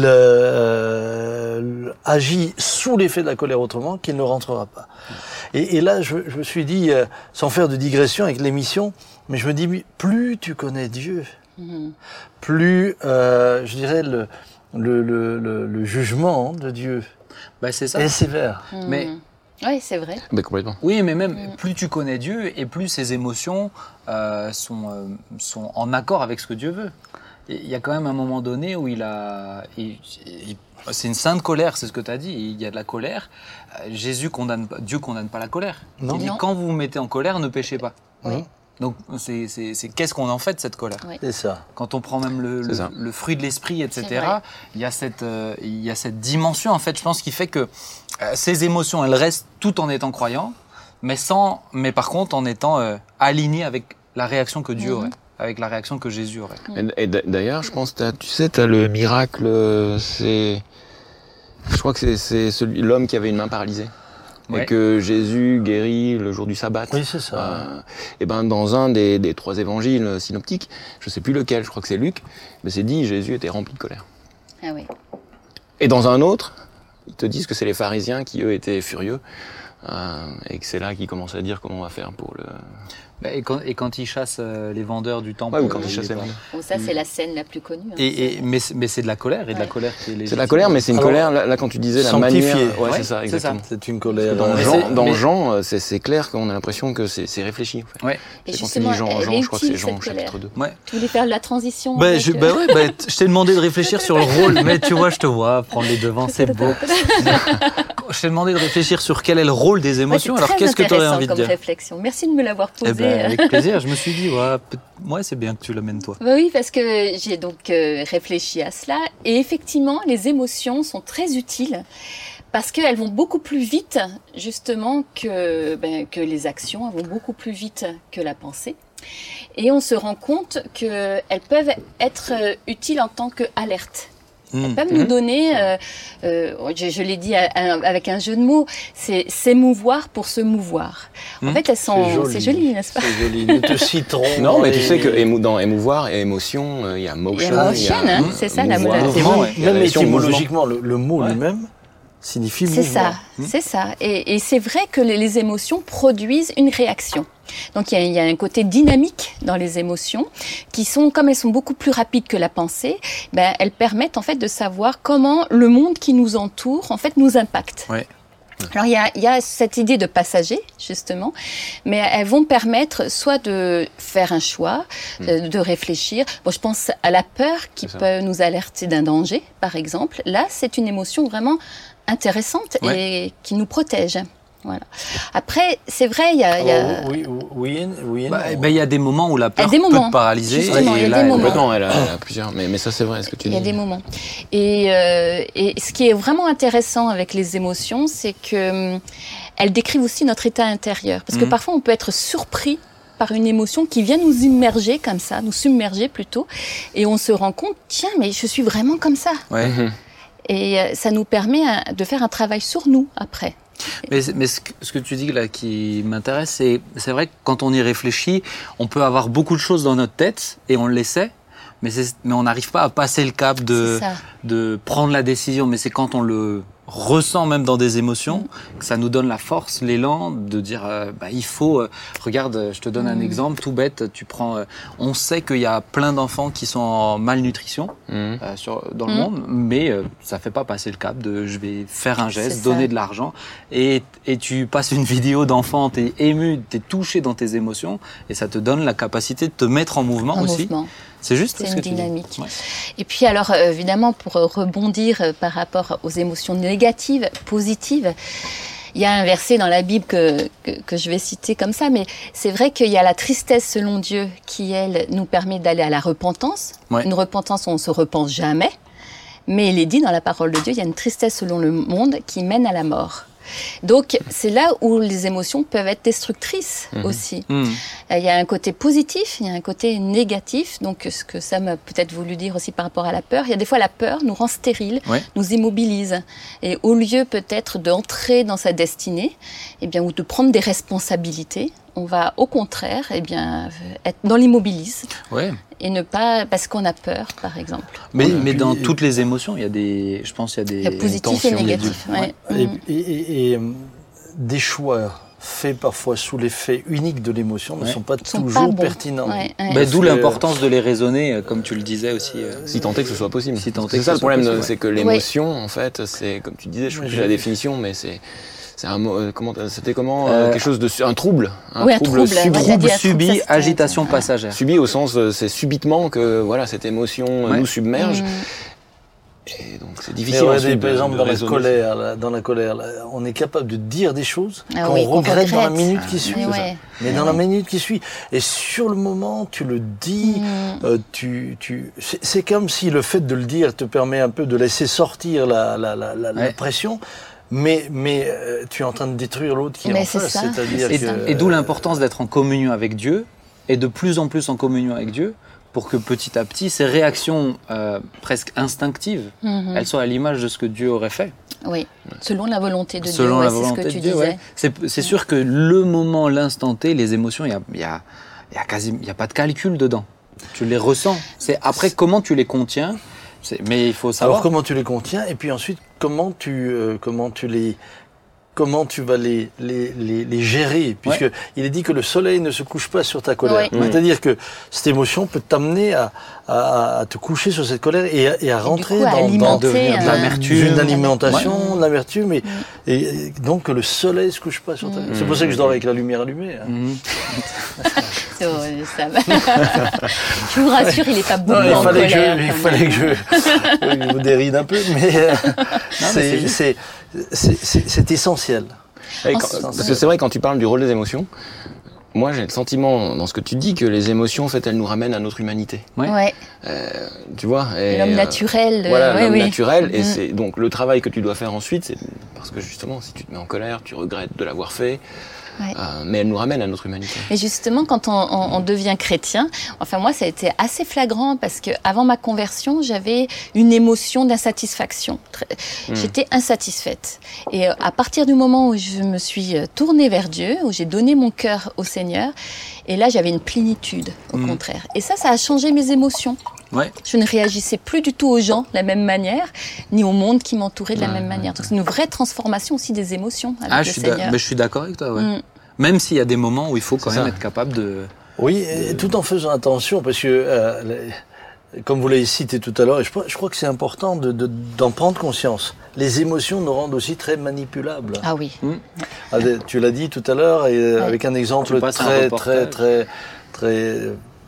euh, agit sous l'effet de la colère autrement, qu'il ne rentrera pas. Et, et là, je, je me suis dit, euh, sans faire de digression avec l'émission, mais je me dis, plus tu connais Dieu, Mhm. plus, euh, je dirais, le, le, le, le, le jugement de Dieu Bah, c'est ça. est sévère. Mais- Oui, c'est vrai. Ben, complètement. Oui, mais même Mm. plus tu connais Dieu et plus ses émotions euh, sont, euh, sont en accord avec ce que Dieu veut. Et il y a quand même un moment donné où il a... il- il- c'est une sainte colère, c'est ce que tu as dit. Il y a de la colère. Euh, Jésus condamne pas, Dieu condamne pas la colère. Non. Il dit Non. quand vous vous mettez en colère, ne péchez pas. Oui. Donc c'est c'est- c'est qu'est-ce qu'on en fait de cette colère. Oui. C'est ça. Quand on prend même le, C'est le, ça. le fruit de l'esprit, et C'est cetera, il y, a cette, euh, il y a cette dimension, en fait, je pense, qui fait que euh, ces émotions, elles restent tout en étant croyants, mais, sans, mais par contre en étant euh, alignées avec la réaction que Dieu Mhm. aurait. avec la réaction que Jésus aurait. Et, et d'ailleurs, je pense, t'as, tu sais, tu as le miracle, c'est... Je crois que c'est, c'est celui, l'homme qui avait une main paralysée. Ouais. Et que Jésus guérit le jour du sabbat. Oui, c'est ça. Euh, et ben dans un des, des trois évangiles synoptiques, je sais plus lequel, je crois que c'est Luc, mais c'est dit Jésus était rempli de colère. Ah oui. Et dans un autre, ils te disent que c'est les pharisiens qui eux étaient furieux euh, et que c'est là qu'ils commencent à dire comment on va faire pour le. Et quand, et quand ils chassent euh, les vendeurs du temple. Ouais, ou quand ils chassent les vendeurs. Bon, ça, c'est la scène la plus connue. Hein, et, et, mais, mais c'est de la colère, et de ouais. la colère qui est légitime. C'est de la colère, mais c'est une Alors, colère, là, là, quand tu disais la manière. Ouais, ouais, c'est ça, exactement. C'est, ça. C'est une colère. Dans mais Jean, c'est, dans mais... Jean c'est, c'est clair qu'on a l'impression que c'est, c'est réfléchi. En fait. Ouais. Et c'est justement, Jean, elle Jean, est je crois que c'est Jean, cette chapitre colère. deux. Ouais. Tu voulais faire la transition bah, avec, je, euh... bah ouais, bah, je t'ai demandé de réfléchir sur le rôle, mais tu vois, je te vois prendre les devants, c'est beau. Je t'ai demandé de réfléchir sur quel est le rôle des émotions. Ouais, alors, qu'est-ce que tu aurais envie de dire? Réflexion. Merci de me l'avoir posé. Eh ben, avec plaisir. Je me suis dit, ouais, ouais, c'est bien que tu l'amènes toi. Bah oui, parce que j'ai donc euh, réfléchi à cela. Et effectivement, les émotions sont très utiles parce qu'elles vont beaucoup plus vite, justement, que, ben, que les actions. Elles vont beaucoup plus vite que la pensée. Et on se rend compte qu'elles peuvent être euh, utiles en tant qu'alerte. Elles peuvent mmh. nous donner, euh, euh, je, je l'ai dit à, à, avec un jeu de mots, c'est s'émouvoir pour se mouvoir. En mmh. fait, elles sont, c'est joli, c'est joli, n'est-ce pas? C'est joli, nous te citerons. Non, mais tu sais que émou, dans émouvoir et émotion, il euh, y a motion. Il y a motion, il y a, hein, c'est ça la mouvement. Même étymologiquement, le, le mot ouais. lui-même signifie c'est mouvement. Ça, mmh. C'est ça, et, et c'est vrai que les, les émotions produisent une réaction. Donc il y, a, il y a un côté dynamique dans les émotions qui sont, comme elles sont beaucoup plus rapides que la pensée, ben, elles permettent en fait de savoir comment le monde qui nous entoure en fait nous impacte. Ouais. Alors il y, a, il y a cette idée de passager justement, mais elles vont permettre soit de faire un choix, mmh. de réfléchir. Bon, je pense à la peur qui peut nous alerter d'un danger, par exemple. Là, c'est une émotion vraiment intéressante ouais. et qui nous protège. Voilà. Après, c'est vrai, il y a... Il y a... Oh, oui, oui, oui, bah, bah, y a des moments où la peur peut te paralyser. Justement, et il y a là, des elle... moments. Complètement, elle a, elle a plusieurs, mais, mais ça c'est vrai, ce que tu il dis. Il y a des moments. Et, euh, et ce qui est vraiment intéressant avec les émotions, c'est qu'elles décrivent aussi notre état intérieur. Parce que mmh. parfois, on peut être surpris par une émotion qui vient nous immerger comme ça, nous submerger plutôt, et on se rend compte, tiens, mais je suis vraiment comme ça. Ouais. Mmh. Et ça nous permet de faire un travail sur nous après. Mais, mais ce, que, ce que tu dis là qui m'intéresse, c'est, c'est vrai que quand on y réfléchit, on peut avoir beaucoup de choses dans notre tête et on le sait, mais, c'est, mais on n'arrive pas à passer le cap de, de prendre la décision. Mais c'est quand on le ressent même dans des émotions mmh. que ça nous donne la force, l'élan de dire euh, bah, il faut, euh, regarde, je te donne mmh. un exemple tout bête, tu prends, euh, on sait qu'il y a plein d'enfants qui sont en malnutrition mmh. euh, sur, dans le mmh. monde, mais euh, ça fait pas passer le cap de je vais faire un geste, donner de l'argent et, et tu passes une vidéo d'enfant, t'es ému, t'es touché dans tes émotions et ça te donne la capacité de te mettre en mouvement en aussi. Mouvement. C'est juste c'est ce une que dynamique. Tu dis. Ouais. Et puis alors évidemment pour rebondir par rapport aux émotions négatives, positives, il y a un verset dans la Bible que, que, que je vais citer comme ça, mais c'est vrai qu'il y a la tristesse selon Dieu qui, elle, nous permet d'aller à la repentance. Ouais. Une repentance où on ne se repent jamais, mais il est dit dans la parole de Dieu, il y a une tristesse selon le monde qui mène à la mort. Donc, c'est là où les émotions peuvent être destructrices mmh. aussi. Mmh. Il y a un côté positif, il y a un côté négatif. Donc, ce que Sam a peut-être voulu dire aussi par rapport à la peur, il y a des fois la peur nous rend stériles, ouais. nous immobilise. Et au lieu peut-être d'entrer dans sa destinée, eh bien, ou de prendre des responsabilités, on va au contraire eh bien, être dans l'immobilisme. Ouais. Et ne pas, parce qu'on a peur, par exemple. Mais, mais dans et, toutes les émotions, il y a des, je pense, il y a des il y a positif et négatif. Ouais. Ouais. Et, et, et, et des choix faits parfois sous l'effet unique de l'émotion ouais. ne sont pas sont toujours pas bons. Pertinents. Ouais, ouais. Bah, d'où l'importance de les raisonner, comme tu le disais aussi. Euh, si tant est que ce soit possible. Si tant c'est que ça le problème, possible, c'est ouais. que l'émotion, ouais. en fait, c'est, comme tu disais, je ne sais plus la définition, mais c'est... C'est un mot, euh, comment, c'était comment euh, quelque chose de un trouble, un oui, trouble, un trouble subi, trouble subi, agitation ouais. passagère. Subi au sens, euh, c'est subitement que voilà cette émotion ouais. nous submerge. Mmh. Et donc c'est difficile. Mais ensuite, par exemple, de dans la raisonner. colère, là, dans la colère, là, on est capable de dire des choses ah qu'on oui, regrette, regrette dans la minute ah, qui suit. Mais, ouais. mais dans ouais. la minute qui suit, et sur le moment, tu le dis, mmh. euh, tu, tu, c'est, c'est comme si le fait de le dire te permet un peu de laisser sortir la, la, la, la, ouais. la pression. Mais, mais euh, tu es en train de détruire l'autre qui mais est en face. C'est-à-dire et, que, et d'où l'importance d'être en communion avec Dieu et de plus en plus en communion avec Dieu pour que petit à petit, ces réactions euh, presque instinctives, mm-hmm. elles soient à l'image de ce que Dieu aurait fait. Oui, selon la volonté de selon Dieu, la ouais, volonté c'est ce que de tu Dieu, disais. Ouais. C'est, c'est sûr que le moment, l'instant T, les émotions, il n'y a, y a, y a, quasi, y a pas de calcul dedans. Tu les ressens. C'est après comment tu les contiens, c'est, mais il faut savoir. Alors comment tu les contiens et puis ensuite comment tu, euh, comment tu les... Comment tu vas les, les, les, les gérer, puisque ouais. il est dit que le soleil ne se couche pas sur ta colère. Ouais. C'est-à-dire que cette émotion peut t'amener à, à, à te coucher sur cette colère et à, et à rentrer et coup, dans, dans devenir de l'amertume, une alimentation, ouais. de l'amertume, et, ouais. et, et donc que le soleil ne se couche pas sur ta. Mmh. C'est pour ça que je dors avec la lumière allumée. Hein. Mmh. C'est vrai, ça va. Je vous rassure, il n'est pas beaucoup non, en fallait colère. Que je, il fallait que je, je vous déride un peu, mais, euh, non, c'est, mais c'est, c'est, c'est, c'est essentiel. Et quand, parce que c'est vrai, quand tu parles du rôle des émotions, moi j'ai le sentiment dans ce que tu dis que les émotions, en fait, elles nous ramènent à notre humanité. Ouais. ouais. Euh, tu vois. Et, l'homme naturel. Euh, voilà, ouais, l'homme oui. naturel. Mmh. Et c'est donc le travail que tu dois faire ensuite, c'est parce que justement, si tu te mets en colère, tu regrettes de l'avoir fait. Ouais. Euh, mais elle nous ramène à notre humanité. Et justement, quand on, on, on devient chrétien, enfin moi, ça a été assez flagrant parce que avant ma conversion, j'avais une émotion d'insatisfaction. Mmh. J'étais insatisfaite. Et à partir du moment où je me suis tournée vers Dieu, où j'ai donné mon cœur au Seigneur, et là, j'avais une plénitude, au mmh. contraire. Et ça, ça a changé mes émotions. Ouais. Je ne réagissais plus du tout aux gens de la même manière, ni au monde qui m'entourait de la ouais, même manière. Donc c'est une vraie transformation aussi des émotions avec ah, le je suis Seigneur. Mais je suis d'accord avec toi, ouais. Mm. Même s'il y a des moments où il faut quand c'est même ça. Être capable de... Oui, et tout en faisant attention, parce que, euh, les, comme vous l'avez cité tout à l'heure, et je, je crois que c'est important de, de, d'en prendre conscience. Les émotions nous rendent aussi très manipulables. Ah oui. Mm. Ah, tu l'as dit tout à l'heure, et ouais. avec un exemple très, très, très, très...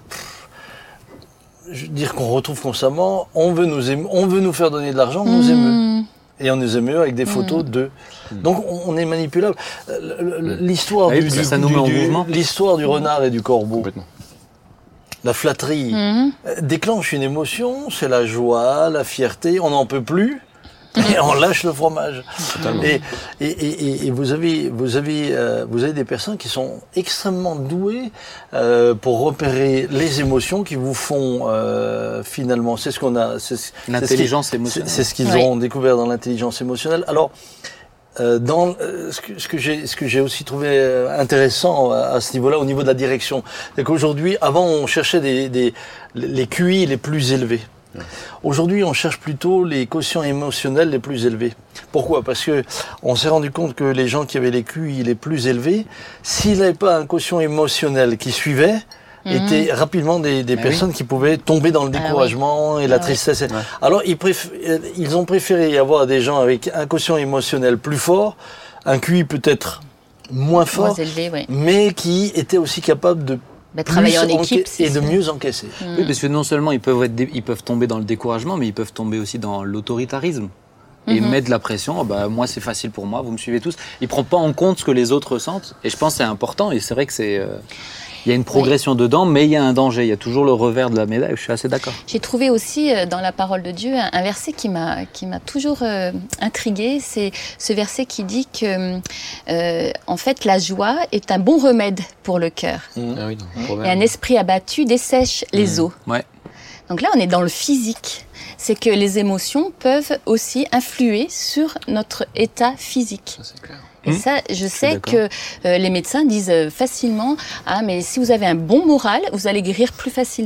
Je veux dire qu'on retrouve constamment, on veut nous éme, on veut nous faire donner de l'argent, on mmh. nous émeut. Et on nous émeut avec des photos mmh. d'eux. Donc on, on est manipulable. L'histoire, oui, du, ça, ça du, nous met en du, mouvement. L'histoire du renard et du corbeau, la flatterie, mmh. déclenche une émotion, c'est la joie, la fierté, on n'en peut plus. Et on lâche le fromage. Et, et, et, et vous avez, vous avez, euh, vous avez des personnes qui sont extrêmement douées euh, pour repérer les émotions qui vous font euh, finalement. C'est ce qu'on a. C'est, l'intelligence c'est ce émotionnelle. C'est, c'est ce qu'ils oui. ont découvert dans l'intelligence émotionnelle. Alors, euh, dans euh, ce, que, ce que j'ai, ce que j'ai aussi trouvé intéressant à, à ce niveau-là, au niveau de la direction, c'est qu'aujourd'hui, avant, on cherchait des, des les Q I les plus élevés. Aujourd'hui, on cherche plutôt les quotients émotionnels les plus élevés. Pourquoi ? Parce que on s'est rendu compte que les gens qui avaient les Q I les plus élevés, s'ils n'avaient pas un quotient émotionnel qui suivait, mmh. étaient rapidement des, des personnes oui. qui pouvaient tomber dans le découragement ah oui. et la ah tristesse. Oui. Alors, ils, préf... ils ont préféré avoir des gens avec un quotient émotionnel plus fort, un Q I peut-être moins fort, moins élevé, oui. mais qui étaient aussi capables de Bah, travailler en équipe enca- et de mieux encaisser. Mmh. Oui, parce que non seulement ils peuvent, être dé- ils peuvent tomber dans le découragement, mais ils peuvent tomber aussi dans l'autoritarisme. Et mmh. mettre la pression, oh bah, moi c'est facile pour moi, vous me suivez tous. Il ne prend pas en compte ce que les autres ressentent. Et je pense que c'est important, et c'est vrai que c'est... Euh... Il y a une progression oui. dedans, mais il y a un danger. Il y a toujours le revers de la médaille. Je suis assez d'accord. J'ai trouvé aussi euh, dans la parole de Dieu un, un verset qui m'a, qui m'a toujours euh, intriguée. C'est ce verset qui dit que, euh, en fait, la joie est un bon remède pour le cœur. Mmh. Ah oui, mmh. Et un esprit abattu dessèche mmh. les eaux. Ouais. Donc là, on est dans le physique. C'est que les émotions peuvent aussi influer sur notre état physique. Ça, c'est clair. Et ça, je sais je que euh, les médecins disent euh, facilement « Ah, mais si vous avez un bon moral, vous allez guérir plus facilement. »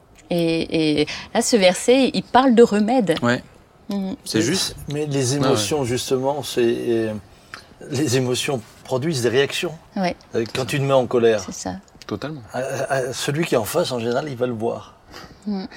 Et, et là, ce verset, il parle de remède. Ouais. Mmh. C'est juste. Mais les émotions, ah ouais. justement, c'est, euh, les émotions produisent des réactions. Ouais. Quand tu te mets en colère. C'est ça. Totalement. À, à, celui qui est en face, en général, il va le voir. Mmh.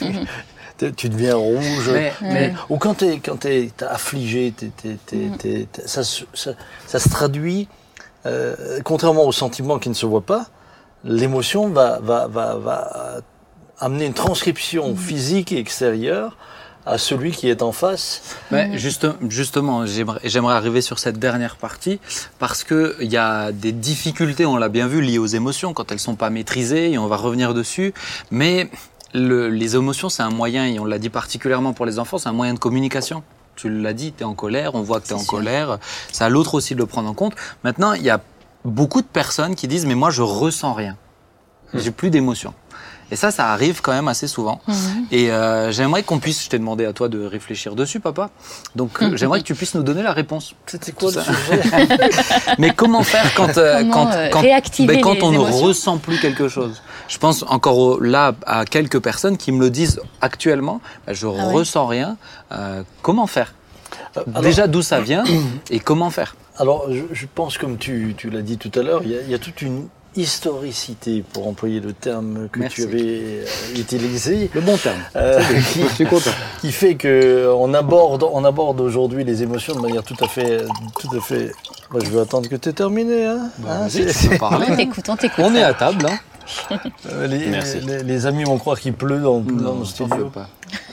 Tu deviens rouge. Mais, mais... Ou quand tu es quand t'es, t'es affligé, t'es, t'es, t'es, mmh. t'es, t'es, ça, ça, ça se traduit, euh, contrairement au sentiment qui ne se voit pas, l'émotion va, va, va, va amener une transcription mmh. physique et extérieure à celui qui est en face. Mais juste, justement, j'aimerais, j'aimerais arriver sur cette dernière partie parce qu'il y a des difficultés, on l'a bien vu, liées aux émotions quand elles ne sont pas maîtrisées, et on va revenir dessus. Mais le, les émotions, c'est un moyen, et on l'a dit particulièrement pour les enfants, c'est un moyen de communication. Tu l'as dit, tu es en colère, on voit que tu es en sûr. colère. C'est à l'autre aussi de le prendre en compte. Maintenant, il y a beaucoup de personnes qui disent « mais moi, je ressens rien ». j'ai plus d'émotion. Et ça, ça arrive quand même assez souvent. Mmh. Et euh, j'aimerais qu'on puisse, je t'ai demandé à toi de réfléchir dessus, papa. Donc mmh. j'aimerais que tu puisses nous donner la réponse. C'était quoi le sujet? Mais comment faire quand, euh, comment, quand, euh, quand, réactiver quand les on émotions. ne ressent plus quelque chose? Je pense encore au, là à quelques personnes qui me le disent actuellement. Bah, je ah ressens ouais. rien. Euh, comment faire? euh, alors, Déjà, d'où ça vient et comment faire? Alors, je, je pense, comme tu, tu l'as dit tout à l'heure, il y, y a toute une historicité, pour employer le terme que Merci. tu avais euh, utilisé. Le bon terme. Euh, qui, je suis content. Qui fait qu'on aborde, on aborde aujourd'hui les émotions de manière tout à fait... Tout à fait... Bah, je veux attendre que tu aies terminé. Hein, bah, hein, c'est, c'est parler, on t'écoute, on t'écoute. On est à table. Hein. Euh, les, Merci. Les, les amis vont croire qu'il pleut dans, Non, dans le studio. pas.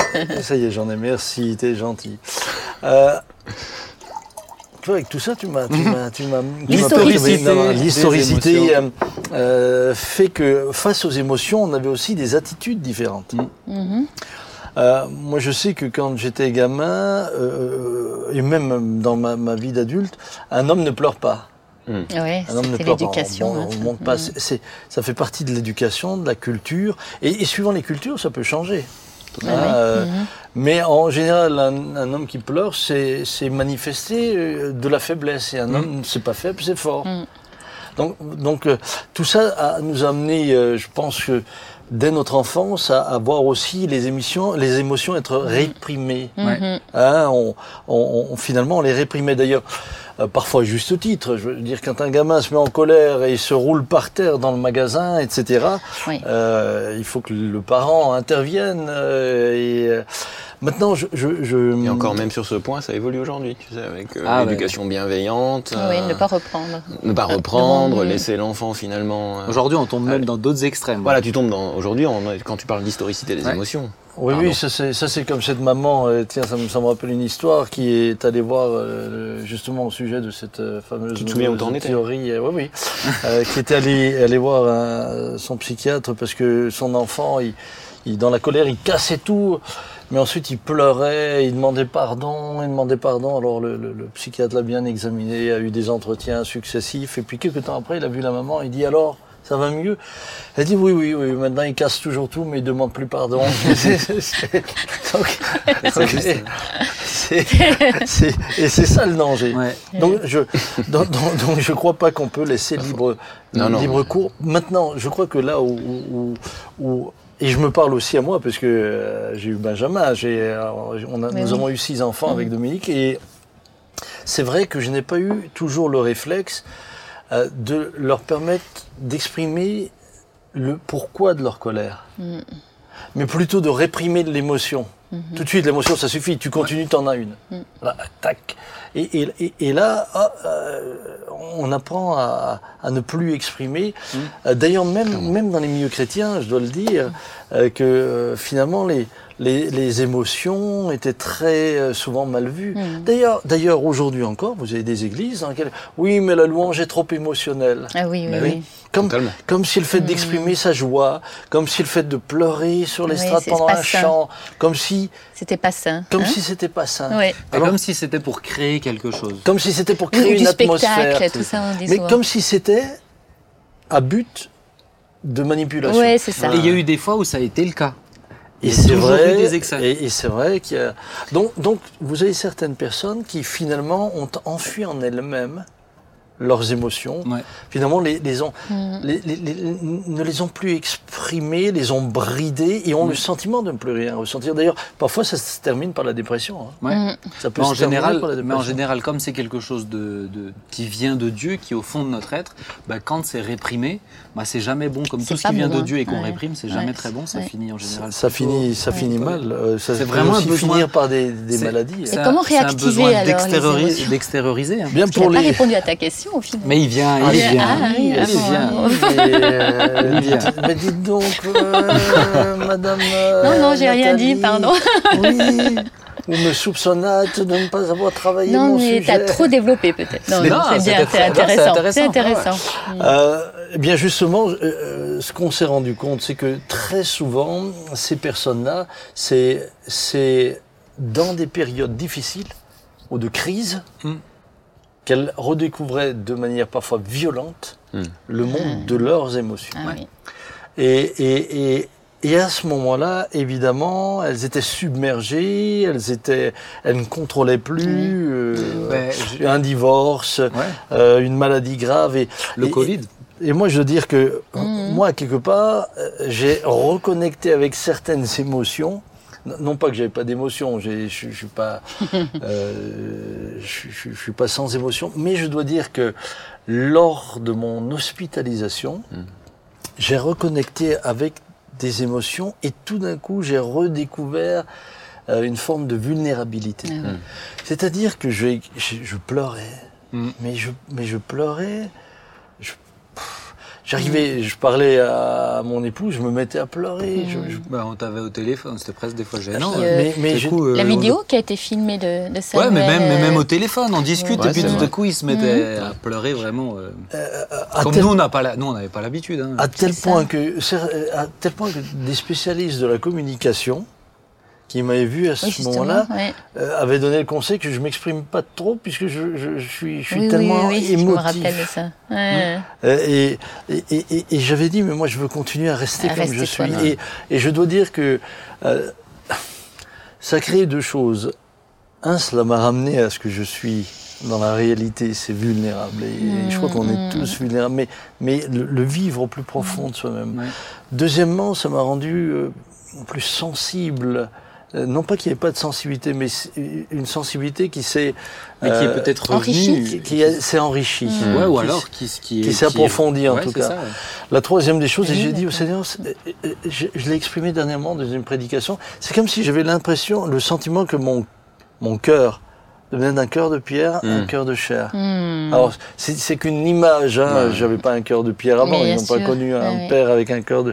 Ça y est, j'en ai. Merci, t'es gentil. Euh, tu vois, avec tout ça, tu m'as, tu m'as, tu m'as, l'historicité, non, non, l'historicité euh, émotions. euh, fait que face aux émotions, on avait aussi des attitudes différentes. Mm-hmm. Euh, moi, je sais que quand j'étais gamin, euh, et même dans ma, ma vie d'adulte, un homme ne pleure pas. Mmh. Ouais, un homme c'était ne pleure l'éducation. pas. On, on, on monte pas. Mmh. C'est, c'est, ça fait partie de l'éducation, de la culture, et, et suivant les cultures, ça peut changer. Ah, hein, euh, mmh. Mais en général, un, un homme qui pleure, c'est, c'est manifester de la faiblesse. Et un mmh. homme, c'est pas faible, c'est fort. Mmh. Donc, donc euh, tout ça a, nous a amené, euh, je pense que dès notre enfance, à, à voir aussi les émotions, les émotions être réprimées. Mmh. Hein, on, on, on, finalement, on les réprimait d'ailleurs. Euh, parfois à juste titre, je veux dire, quand un gamin se met en colère et il se roule par terre dans le magasin, et cetera, oui. euh, il faut que le parent intervienne. Euh, et euh, maintenant, je, je, je... Et encore même sur ce point, ça évolue aujourd'hui, tu sais, avec euh, ah, l'éducation ouais. bienveillante. Oui, euh, ne pas reprendre. Ne pas reprendre, laisser l'enfant finalement... Euh... Aujourd'hui, on tombe même dans d'autres extrêmes. Voilà, tu tombes dans... Aujourd'hui, on... quand tu parles d'historicité des ouais. émotions... Oui, Pardon. oui, ça c'est, ça c'est comme cette maman, euh, tiens, ça me, ça me rappelle une histoire qui est allée voir euh, justement au sujet de cette euh, fameuse tu te souviens où t'en théorie, euh, oui, oui, euh, qui était allée aller voir un, son psychiatre parce que son enfant, il, il, dans la colère, il cassait tout, mais ensuite il pleurait, il demandait pardon, il demandait pardon, alors le, le, le psychiatre l'a bien examiné, a eu des entretiens successifs, et puis quelques temps après, il a vu la maman, il dit alors, ça va mieux? Elle dit oui, oui, oui, maintenant il casse toujours tout, mais il ne demande plus pardon. c'est, c'est, c'est, donc, donc, c'est, c'est, c'est, et c'est ça le danger. Ouais. Donc, je donc, donc, donc, je crois pas qu'on peut laisser libre, non, non. libre cours. Maintenant, je crois que là où, où, où et je me parle aussi à moi, parce que euh, j'ai eu Benjamin, j'ai, on a, nous oui. avons eu six enfants mmh. avec Dominique, et c'est vrai que je n'ai pas eu toujours le réflexe Euh, de leur permettre d'exprimer le pourquoi de leur colère, mmh. mais plutôt de réprimer l'émotion. Mmh. Tout de suite, l'émotion, ça suffit, tu continues, t'en as une. Mmh. Là, tac. Et, et, et, et là, ah, euh, on apprend à, à ne plus exprimer. Mmh. Euh, d'ailleurs, même, même dans les milieux chrétiens, je dois le dire, euh, que euh, finalement, les, les, les émotions étaient très euh, souvent mal vues. Mmh. D'ailleurs, d'ailleurs, aujourd'hui encore, vous avez des églises dans lesquelles, oui, mais la louange est trop émotionnelle. Ah oui, oui, mais oui. oui. Comme, comme si le fait d'exprimer mmh. sa joie, comme si le fait de pleurer sur l'estrade oui, pendant un sain. chant, comme si... C'était pas sain. Comme hein si c'était pas sain. Oui. Alors, comme si c'était pour créer quelque chose. Comme si c'était pour créer Ou une du atmosphère. Spectacle, tout ça, on dit mais souvent. comme si c'était à but de manipulation. Oui, c'est ça. Et il y a eu des fois où ça a été le cas. Et c'est vrai, des excès. Et, et c'est vrai qu'il y a... Donc, donc, vous avez certaines personnes qui, finalement, ont enfui en elles-mêmes leurs émotions, ouais. finalement, les, les ont, mmh. les, les, les, ne les ont plus exprimées, les ont bridées et ont mmh. le sentiment de ne plus rien ressentir. D'ailleurs, parfois, ça se termine par la dépression. Hein. Ouais. Mmh. Ça peut mais, se en général, par la dépression. mais en général, comme c'est quelque chose de, de, qui vient de Dieu, qui est au fond de notre être, bah, quand c'est réprimé, bah, c'est jamais bon. Comme c'est tout ce qui vient bon, de Dieu et qu'on ouais. réprime, c'est jamais ouais. très bon. Ça ouais. finit en général. Ça, ça finit, ça ouais. finit mal. Euh, ça c'est peut vraiment aussi un besoin... finir par des, des maladies. Et comment réactiver alors d'extérioriser, d'extérioriser hein. Bien Parce pour qu'il n'a les... pas répondu à ta question au final. Mais il vient. Ah, il vient. Ah, oui, il vient. Mais, euh, il vient. Mais dites donc, euh, madame. Euh, non, non, j'ai Nathalie, rien dit, pardon. Oui. Vous me soupçonnâtes de ne pas avoir travaillé non, mon sujet. Non, mais t'as trop développé peut-être. Non, non c'est bien, c'est intéressant. C'est intéressant. C'est intéressant. Ouais. Euh, eh bien, justement, euh, ce qu'on s'est rendu compte, c'est que très souvent, ces personnes-là, c'est, c'est dans des périodes difficiles ou de crise, mm. qu'elles redécouvraient de manière parfois violente mm. le monde mm. de leurs émotions. Ah, oui. Et, et, et, et à ce moment-là, évidemment, elles étaient submergées, elles étaient, elles ne contrôlaient plus mmh. euh, ouais, je... un divorce, ouais. euh, une maladie grave et le et, Covid. Et, et moi, je veux dire que mmh. moi, quelque part, j'ai reconnecté avec certaines émotions. Non pas que j'avais pas d'émotion, je je suis pas, euh, je, je, je suis pas sans émotion, mais je dois dire que lors de mon hospitalisation, mmh. j'ai reconnecté avec des émotions et tout d'un coup j'ai redécouvert euh, une forme de vulnérabilité. Mmh. C'est-à-dire que je, je, je pleurais, mmh. mais je, mais je pleurais. Je, J'arrivais, je parlais à mon époux, je me mettais à pleurer. Mmh. Je, je... Bah, on t'avait au téléphone, c'était presque des fois gênant. Puis, euh, mais, mais je... coup, euh, la vidéo on... qui a été filmée de, de Samuel. Ouais, mais même, euh... mais même au téléphone, on discute ouais, et puis tout d'un coup, il se mettait mmh. à pleurer vraiment. Euh... Euh, Comme tel... nous, on n'a pas la... nous, on n'avait pas l'habitude. Hein. À tel point que, à tel point que des spécialistes de la communication qui m'avaient vu à ce oui, moment-là, ouais. euh, avaient donné le conseil que je m'exprime pas trop puisque je, je, je suis, je suis oui, tellement oui, oui, émotif. Je me rappelle de ça. Ouais. Euh, et, et, et, et j'avais dit, mais moi, je veux continuer à rester à comme rester je suis. Et, et je dois dire que euh, ça a créé deux choses. Un, cela m'a ramené à ce que je suis dans la réalité, c'est vulnérable. Et, mmh, et je crois qu'on est tous vulnérables, mais, mais le, le vivre au plus profond de soi-même. Ouais. Deuxièmement, ça m'a rendu euh, plus sensible. Non pas qu'il n'y ait pas de sensibilité, mais une sensibilité qui s'est mais qui est peut-être enrichie, qui, qui s'est enrichie, mmh. ouais, ou alors qui qui, qui s'est approfondie en ouais, tout cas. Ça, ouais. La troisième des choses, et j'ai dit au Seigneur, je, je l'ai exprimé dernièrement dans une prédication, c'est comme si j'avais l'impression, le sentiment que mon mon cœur devenait d'un cœur de pierre mmh. un cœur de chair. Mmh. Alors c'est qu'une image, hein, ouais. J'avais pas un cœur de pierre avant, mais ils n'ont pas connu un ouais, père ouais. avec un cœur de